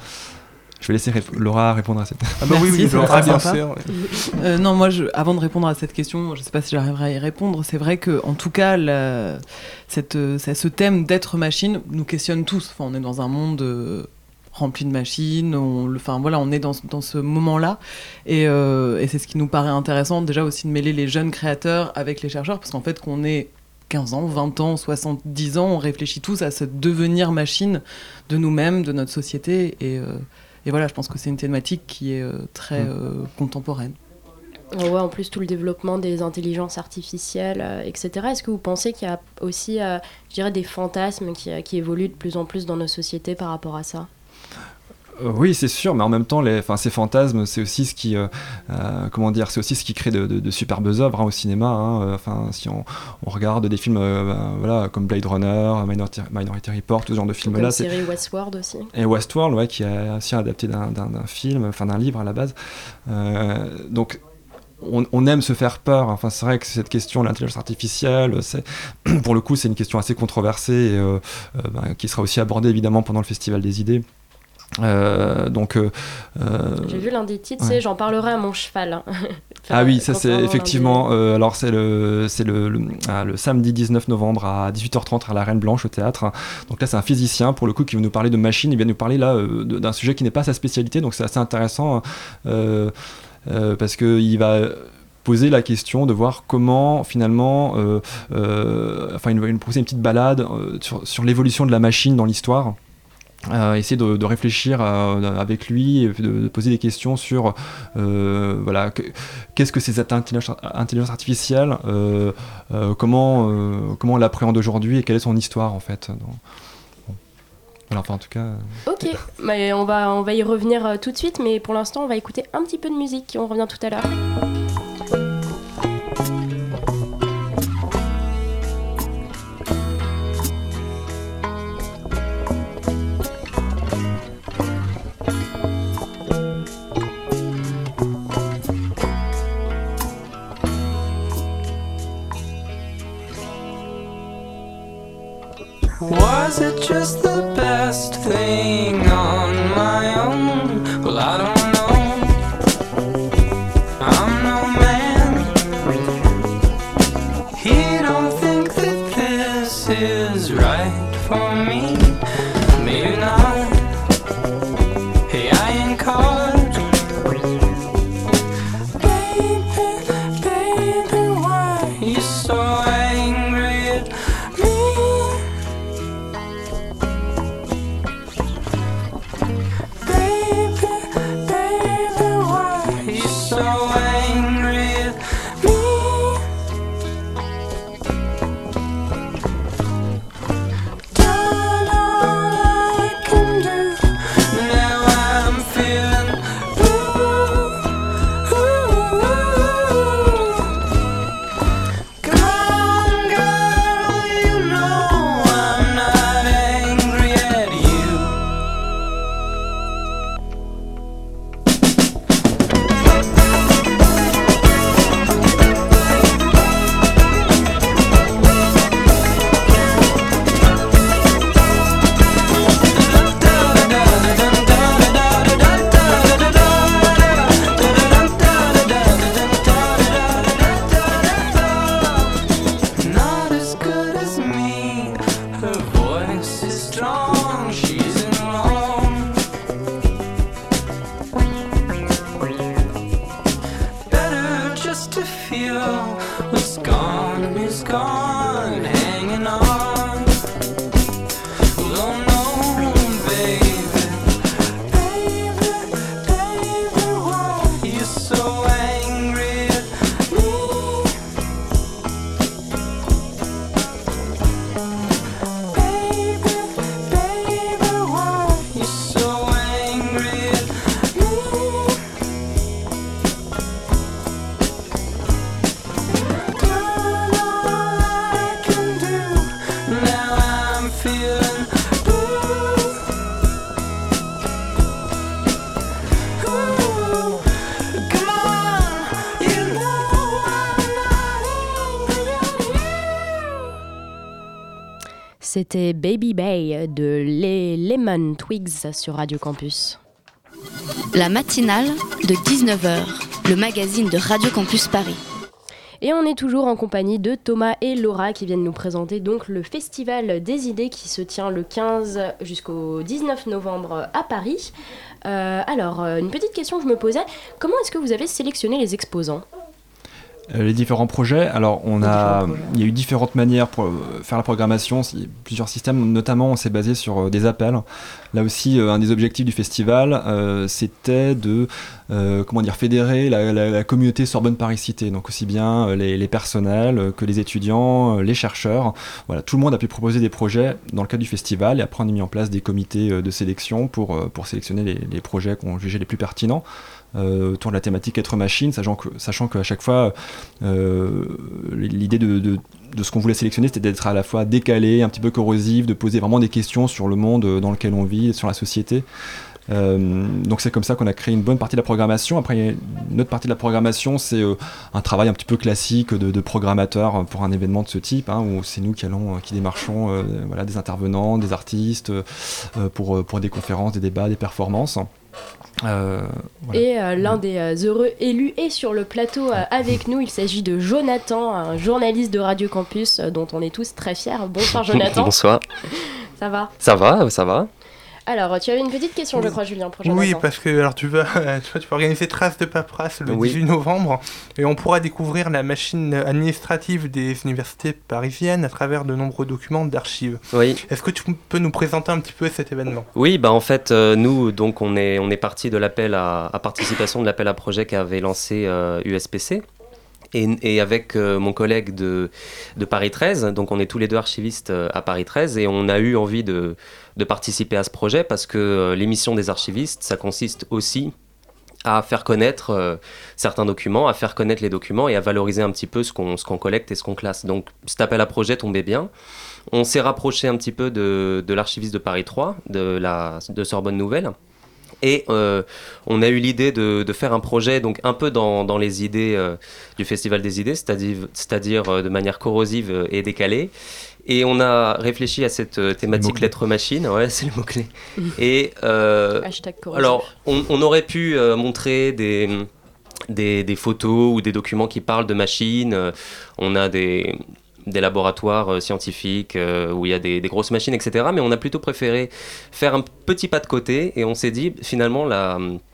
Je vais laisser rép- Laura répondre à cette question. Ah bah oui, oui, Merci, Laura, bien sympa. sûr. Euh, non, moi, je, avant de répondre à cette question, je ne sais pas si j'arriverai à y répondre. C'est vrai que, en tout cas, la, cette, ça, ce thème d'être machine nous questionne tous. Enfin, on est dans un monde euh, rempli de machines. On, enfin, voilà, on est dans, dans ce moment-là, et, euh, et c'est ce qui nous paraît intéressant, déjà aussi de mêler les jeunes créateurs avec les chercheurs, parce qu'en fait, qu'on est quinze ans, vingt ans, soixante-dix ans, on réfléchit tous à ce devenir machine de nous-mêmes, de notre société, et, euh, et voilà, je pense que c'est une thématique qui est euh, très euh, contemporaine. Ouais, en plus tout le développement des intelligences artificielles, euh, et cetera. Est-ce que vous pensez qu'il y a aussi, euh, je dirais, des fantasmes qui, qui évoluent de plus en plus dans nos sociétés par rapport à ça ? Euh, oui, c'est sûr, mais en même temps, les, ces fantasmes, c'est aussi ce qui, euh, euh, comment dire, c'est aussi ce qui crée de, de, de superbes œuvres hein, au cinéma. Hein, enfin, si on, on regarde des films, euh, ben, voilà, comme Blade Runner, Minority, Minority Report, tout ce genre de films-là. Comme série Westworld aussi. Et Westworld, ouais, qui est aussi adapté d'un, d'un, d'un film, enfin d'un livre à la base. Euh, donc On, on aime se faire peur. Enfin, c'est vrai que cette question de l'intelligence artificielle, c'est, pour le coup, c'est une question assez controversée et euh, euh, ben, qui sera aussi abordée évidemment pendant le Festival des idées. Euh, donc, euh, j'ai vu l'un des titres, ouais. c'est J'en parlerai à mon cheval. Enfin, ah oui, ça c'est effectivement. Euh, alors c'est le c'est le, le, ah, le samedi dix-neuf novembre à dix-huit heures trente à la Reine Blanche au théâtre. Donc là c'est un physicien pour le coup qui va nous parler de machines. Il vient nous parler là euh, de, d'un sujet qui n'est pas sa spécialité. Donc c'est assez intéressant euh, euh, parce que il va poser la question de voir comment finalement, euh, euh, enfin il va nous proposer une petite balade euh, sur, sur l'évolution de la machine dans l'histoire. Euh, essayer de, de réfléchir euh, avec lui, et de, de poser des questions sur euh, voilà, que, qu'est-ce que ces intelligences intelligence artificielles, euh, euh, comment, euh, comment on l'appréhende aujourd'hui et quelle est son histoire en fait. Dans... Bon. Voilà, enfin en tout cas. Euh... Ok, mais on va, on va y revenir euh, tout de suite, mais pour l'instant on va écouter un petit peu de musique, on revient tout à l'heure. Was it just the best thing on my own? Well, I don't know. I'm no man. He don't think that this is right for me. Maybe not. Hey, I ain't caught. Baby, baby, why you so angry at me? C'était Baby Bay de les Lemon Twigs sur Radio Campus. La matinale de dix-neuf heures, le magazine de Radio Campus Paris. Et on est toujours en compagnie de Thomas et Laura qui viennent nous présenter donc le Festival des idées qui se tient le quinze jusqu'au dix-neuf novembre à Paris. Euh, alors, une petite question que je me posais, comment est-ce que vous avez sélectionné les exposants ? Euh, les différents projets, alors on a, il y a eu différentes manières pour euh, faire la programmation, il y a plusieurs systèmes, notamment on s'est basé sur euh, des appels. Là aussi, euh, un des objectifs du festival, euh, c'était de euh, comment dire, fédérer la, la, la communauté Sorbonne Paris Cité, donc aussi bien euh, les, les personnels euh, que les étudiants, euh, les chercheurs. Voilà, tout le monde a pu proposer des projets dans le cadre du festival et après on a mis en place des comités euh, de sélection pour, euh, pour sélectionner les, les projets qu'on jugeait les plus pertinents. Euh, autour de la thématique être-machine, sachant, que, sachant qu'à chaque fois, euh, l'idée de, de, de ce qu'on voulait sélectionner, c'était d'être à la fois décalé, un petit peu corrosif, de poser vraiment des questions sur le monde dans lequel on vit, sur la société. Euh, donc c'est comme ça qu'on a créé une bonne partie de la programmation. Après, il y a une autre partie de la programmation, c'est euh, un travail un petit peu classique de, de programmateur pour un événement de ce type, hein, où c'est nous qui allons, qui démarchons euh, voilà, des intervenants, des artistes, euh, pour, pour des conférences, des débats, des performances. Euh, voilà. Et euh, l'un des euh, heureux élus est sur le plateau euh, avec nous. Il s'agit de Jonathan, un journaliste de Radio Campus euh, dont on est tous très fiers. Bonsoir Jonathan. Bonsoir. Ça va ? Ça va, ça va. Alors, tu avais une petite question, je crois, Julien, pour Jonathan. Oui, parce que alors, tu, vas, tu, vas, tu peux organiser Traces de paperasse le oui. dix-huit novembre et on pourra découvrir la machine administrative des universités parisiennes à travers de nombreux documents d'archives. Oui. Est-ce que tu peux nous présenter un petit peu cet événement ? Oui, bah en fait, euh, nous, donc, on est, on est parti de l'appel à, à participation de l'appel à projet qu'avait lancé euh, U S P C. Et, et avec euh, mon collègue de, de Paris treize, donc on est tous les deux archivistes euh, à Paris treize, et on a eu envie de, de participer à ce projet parce que euh, l'émission des archivistes, ça consiste aussi à faire connaître euh, certains documents, à faire connaître les documents et à valoriser un petit peu ce qu'on, ce qu'on collecte et ce qu'on classe. Donc cet appel à projet tombait bien. On s'est rapproché un petit peu de, de l'archiviste de Paris trois, de, la, de Sorbonne Nouvelle. Et euh, on a eu l'idée de, de faire un projet donc un peu dans, dans les idées euh, du Festival des idées, c'est-à-dire, c'est-à-dire euh, de manière corrosive et décalée. Et on a réfléchi à cette euh, thématique lettre-machine, ouais, c'est le mot-clé. Et euh, Hashtag corrosif. Alors, on, on aurait pu euh, montrer des, des, des photos ou des documents qui parlent de machines. Euh, on a des... des laboratoires euh, scientifiques euh, où il y a des, des grosses machines, et cetera. Mais on a plutôt préféré faire un petit pas de côté et on s'est dit, finalement, la,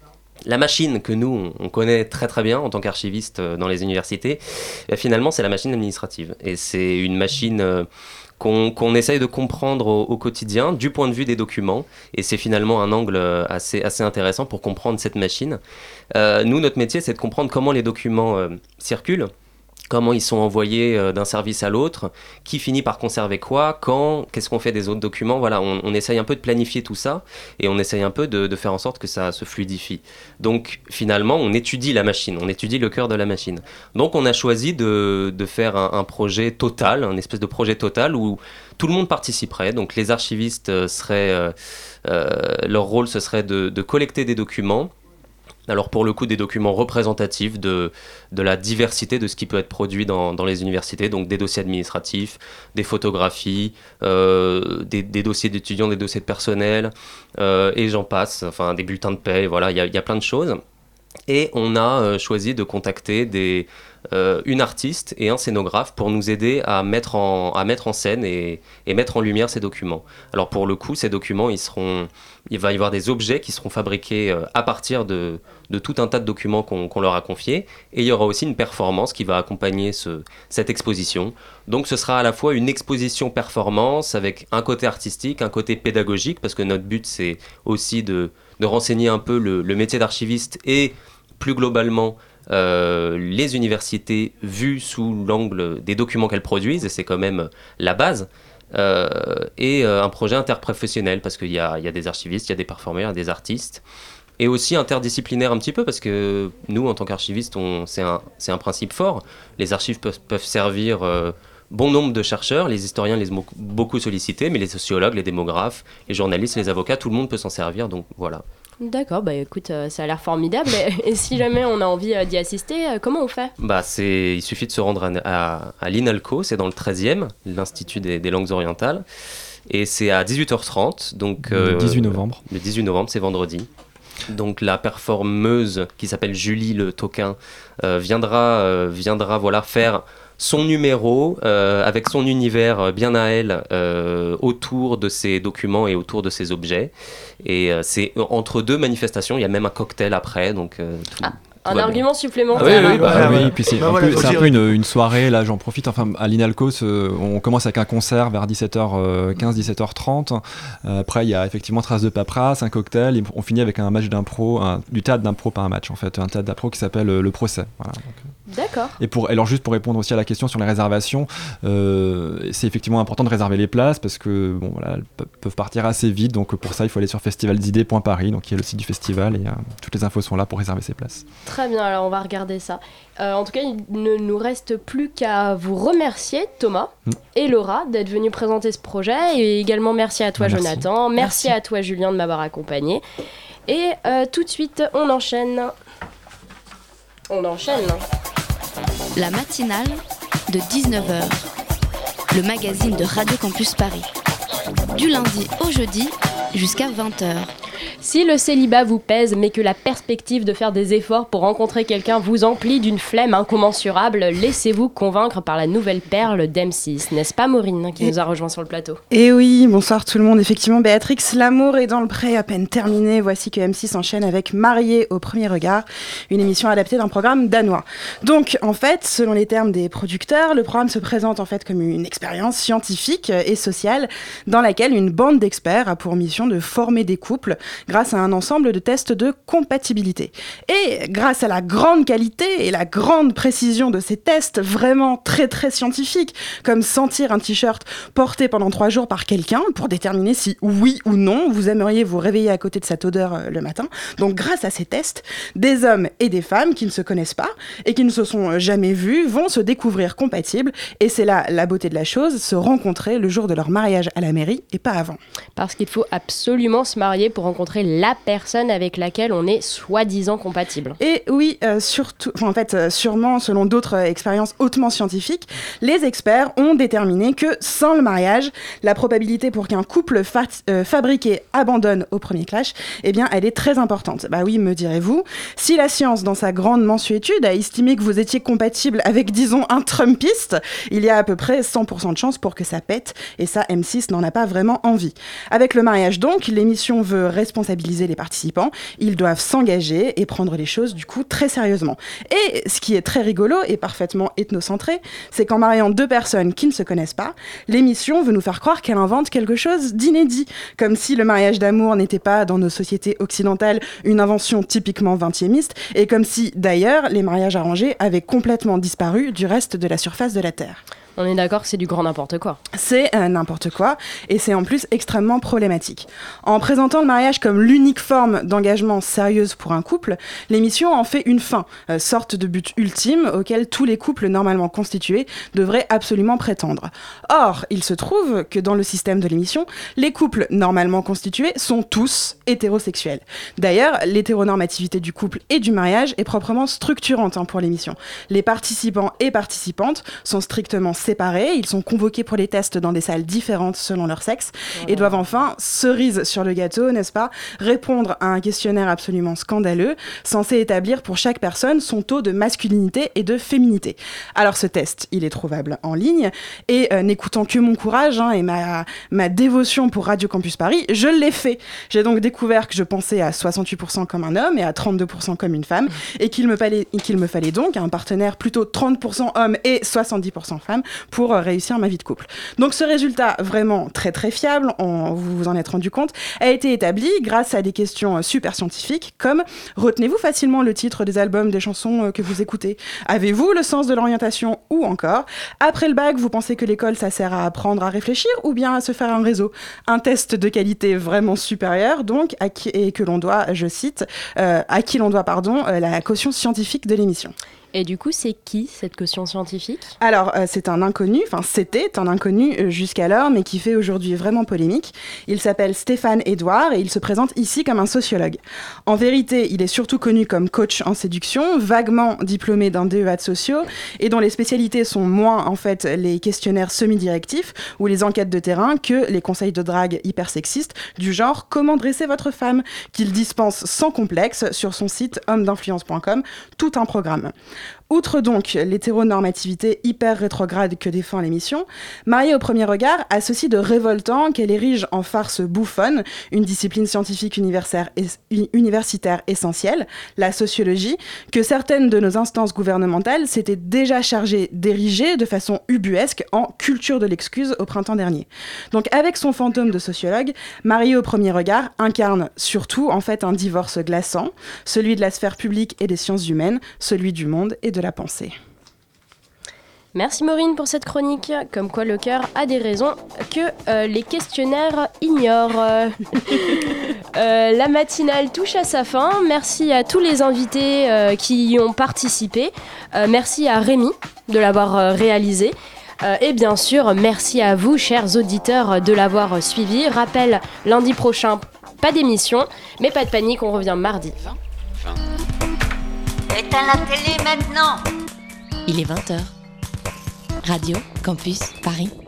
la machine que nous, on, on connaît très très bien en tant qu'archiviste euh, dans les universités, euh, finalement, c'est la machine administrative. Et c'est une machine euh, qu'on, qu'on essaye de comprendre au, au quotidien du point de vue des documents. Et c'est finalement un angle assez, assez intéressant pour comprendre cette machine. Euh, nous, notre métier, c'est de comprendre comment les documents euh, circulent, comment ils sont envoyés euh, d'un service à l'autre, qui finit par conserver quoi, quand, qu'est-ce qu'on fait des autres documents. Voilà, on, on essaye un peu de planifier tout ça et on essaye un peu de, de faire en sorte que ça se fluidifie. Donc finalement, on étudie la machine, on étudie le cœur de la machine. Donc on a choisi de, de faire un, un projet total, un espèce de projet total où tout le monde participerait. Donc les archivistes seraient, euh, euh, leur rôle ce serait de, de collecter des documents. Alors pour le coup des documents représentatifs de, de la diversité de ce qui peut être produit dans, dans les universités, donc des dossiers administratifs, des photographies, euh, des, des dossiers d'étudiants, des dossiers de personnel, euh, et j'en passe, enfin des bulletins de paie, voilà, il y a, y a plein de choses. Et on a euh, choisi de contacter des, euh, une artiste et un scénographe pour nous aider à mettre en, à mettre en scène et, et mettre en lumière ces documents. Alors pour le coup, ces documents, ils seront, il va y avoir des objets qui seront fabriqués euh, à partir de, de tout un tas de documents qu'on, qu'on leur a confiés. Et il y aura aussi une performance qui va accompagner ce, cette exposition. Donc ce sera à la fois une exposition performance avec un côté artistique, un côté pédagogique, parce que notre but c'est aussi de, de renseigner un peu le, le métier d'archiviste et plus globalement euh, les universités vues sous l'angle des documents qu'elles produisent, et c'est quand même la base. Euh, et euh, un projet interprofessionnel, parce qu'il y a, il y a des archivistes, il y a des performeurs, il y a des artistes. Et aussi interdisciplinaire un petit peu, parce que nous, en tant qu'archivistes, on, c'est, un, c'est un principe fort. Les archives peuvent, peuvent servir euh, bon nombre de chercheurs, les historiens les ont beaucoup sollicités, mais les sociologues, les démographes, les journalistes, les avocats, tout le monde peut s'en servir, donc voilà. D'accord, bah écoute, euh, ça a l'air formidable. Et si jamais on a envie euh, d'y assister, euh, comment on fait ? Bah c'est, il suffit de se rendre à, à, à l'INALCO, c'est dans le treizième, l'Institut des, des langues orientales. Et c'est à dix-huit heures trente, donc... Euh, le dix-huit euh, novembre. Le dix-huit novembre, c'est vendredi. Donc la performeuse qui s'appelle Julie Le Toquin euh, viendra, euh, viendra voilà, faire son numéro euh, avec son univers bien à elle euh, autour de ces documents et autour de ces objets. Et euh, c'est entre deux manifestations, il y a même un cocktail après. Donc, euh, tout, ah. tout Un argument bien. supplémentaire. Ah oui, oui, bah, ah, oui, puis c'est bah, un, voilà, peu, c'est un dire... peu une, une soirée, là j'en profite, enfin à l'Inalcos, euh, on commence avec un concert vers dix-sept heures quinze, dix-sept heures trente, euh, après il y a effectivement trace de paperasse, un cocktail, et on finit avec un match d'impro, un, du théâtre d'impro, pas un match en fait, un théâtre d'impro qui s'appelle euh, Le Procès. Voilà, donc, D'accord. Et pour, alors juste pour répondre aussi à la question sur les réservations, euh, c'est effectivement important de réserver les places parce que bon, voilà, elles pe- peuvent partir assez vite, donc pour ça il faut aller sur festivalsidées point paris, donc qui est le site du festival, et euh, toutes les infos sont là pour réserver ses places. Très bien, alors on va regarder ça. Euh, en tout cas, il ne nous reste plus qu'à vous remercier, Thomas mm. et Laura, d'être venus présenter ce projet, et également merci à toi, merci. Jonathan, merci, merci à toi, Julien, de m'avoir accompagné. Et euh, tout de suite, on enchaîne. On enchaîne. La matinale de dix-neuf heures, le magazine de Radio Campus Paris. Du lundi au jeudi jusqu'à vingt heures. Si le célibat vous pèse, mais que la perspective de faire des efforts pour rencontrer quelqu'un vous emplit d'une flemme incommensurable, laissez-vous convaincre par la nouvelle perle d'M six, n'est-ce pas Maureen, qui et nous a rejoint sur le plateau? Et oui, bonsoir tout le monde. Effectivement, Béatrix, l'amour est dans le pré, à peine terminé. Voici que M six enchaîne avec Mariée au premier regard, une émission adaptée d'un programme danois. Donc, en fait, selon les termes des producteurs, le programme se présente en fait comme une expérience scientifique et sociale dans laquelle une bande d'experts a pour mission de former des couples grâce à un ensemble de tests de compatibilité. Et grâce à la grande qualité et la grande précision de ces tests vraiment très très scientifiques, comme sentir un t-shirt porté pendant trois jours par quelqu'un pour déterminer si oui ou non vous aimeriez vous réveiller à côté de cette odeur euh, le matin. Donc grâce à ces tests, des hommes et des femmes qui ne se connaissent pas et qui ne se sont jamais vus vont se découvrir compatibles, et c'est là la beauté de la chose, se rencontrer le jour de leur mariage à la mairie et pas avant. Parce qu'il faut absolument se marier pour rencontrer la personne avec laquelle on est soi-disant compatible. Et oui, euh, surtout, enfin, en fait, euh, sûrement selon d'autres euh, expériences hautement scientifiques, les experts ont déterminé que sans le mariage, la probabilité pour qu'un couple fa- euh, fabriqué abandonne au premier clash, eh bien, elle est très importante. Bah oui, me direz-vous, si la science, dans sa grande mansuétude, a estimé que vous étiez compatible avec, disons, un Trumpiste, il y a à peu près cent pour cent de chances pour que ça pète, et ça, M six n'en a pas vraiment envie. Avec le mariage donc, l'émission veut responsabiliser les participants, ils doivent s'engager et prendre les choses du coup très sérieusement. Et ce qui est très rigolo et parfaitement ethnocentré, c'est qu'en mariant deux personnes qui ne se connaissent pas, l'émission veut nous faire croire qu'elle invente quelque chose d'inédit, comme si le mariage d'amour n'était pas dans nos sociétés occidentales une invention typiquement vingtiémiste, et comme si d'ailleurs les mariages arrangés avaient complètement disparu du reste de la surface de la Terre. On est d'accord que c'est du grand n'importe quoi. C'est euh, n'importe quoi, et c'est en plus extrêmement problématique. En présentant le mariage comme l'unique forme d'engagement sérieuse pour un couple, l'émission en fait une fin, euh, sorte de but ultime auquel tous les couples normalement constitués devraient absolument prétendre. Or, il se trouve que dans le système de l'émission, les couples normalement constitués sont tous hétérosexuels. D'ailleurs, l'hétéronormativité du couple et du mariage est proprement structurante hein, pour l'émission. Les participants et participantes sont strictement séparés, ils sont convoqués pour les tests dans des salles différentes selon leur sexe, ouais. et doivent enfin, cerise sur le gâteau, n'est-ce pas, répondre à un questionnaire absolument scandaleux, censé établir pour chaque personne son taux de masculinité et de féminité. Alors ce test, il est trouvable en ligne, et euh, n'écoutant que mon courage hein, et ma, ma dévotion pour Radio Campus Paris, je l'ai fait. J'ai donc découvert que je pensais à soixante-huit pour cent comme un homme et à trente-deux pour cent comme une femme, et qu'il me fallait, qu'il me fallait donc un partenaire plutôt trente pour cent homme et soixante-dix pour cent femme, pour réussir ma vie de couple. Donc ce résultat vraiment très très fiable, on, vous vous en êtes rendu compte, a été établi grâce à des questions super scientifiques comme retenez-vous facilement le titre des albums, des chansons que vous écoutez? Avez-vous le sens de l'orientation? Ou encore, après le bac, vous pensez que l'école ça sert à apprendre à réfléchir ou bien à se faire un réseau? Un test de qualité vraiment supérieur donc à qui, et que l'on doit, je cite, euh, à qui l'on doit pardon, euh, la caution scientifique de l'émission. Et du coup, c'est qui cette caution scientifique ? Alors, euh, c'est un inconnu, enfin c'était un inconnu euh, jusqu'alors, mais qui fait aujourd'hui vraiment polémique. Il s'appelle Stéphane Edouard et il se présente ici comme un sociologue. En vérité, il est surtout connu comme coach en séduction, vaguement diplômé d'un D E A de sociaux, et dont les spécialités sont moins en fait les questionnaires semi-directifs ou les enquêtes de terrain que les conseils de drague hyper sexistes du genre « Comment dresser votre femme ?» qu'il dispense sans complexe sur son site homme d'influence point com, tout un programme. Outre donc l'hétéronormativité hyper rétrograde que défend l'émission, Mariée au premier regard a ceci de révoltant qu'elle érige en farce bouffonne une discipline scientifique universitaire, universitaire essentielle, la sociologie, que certaines de nos instances gouvernementales s'étaient déjà chargées d'ériger de façon ubuesque en culture de l'excuse au printemps dernier. Donc avec son fantôme de sociologue, Mariée au premier regard incarne surtout en fait un divorce glaçant, celui de la sphère publique et des sciences humaines, celui du monde et de la pensée. Merci Maureen pour cette chronique. Comme quoi le cœur a des raisons que euh, les questionnaires ignorent. euh, la matinale touche à sa fin. Merci à tous les invités euh, qui y ont participé. Euh, merci à Rémi de l'avoir euh, réalisé. Euh, et bien sûr, merci à vous, chers auditeurs, de l'avoir suivi. Rappel, lundi prochain, pas d'émission, mais pas de panique, on revient mardi. Éteins la télé maintenant. Il est vingt heures. Radio Campus Paris.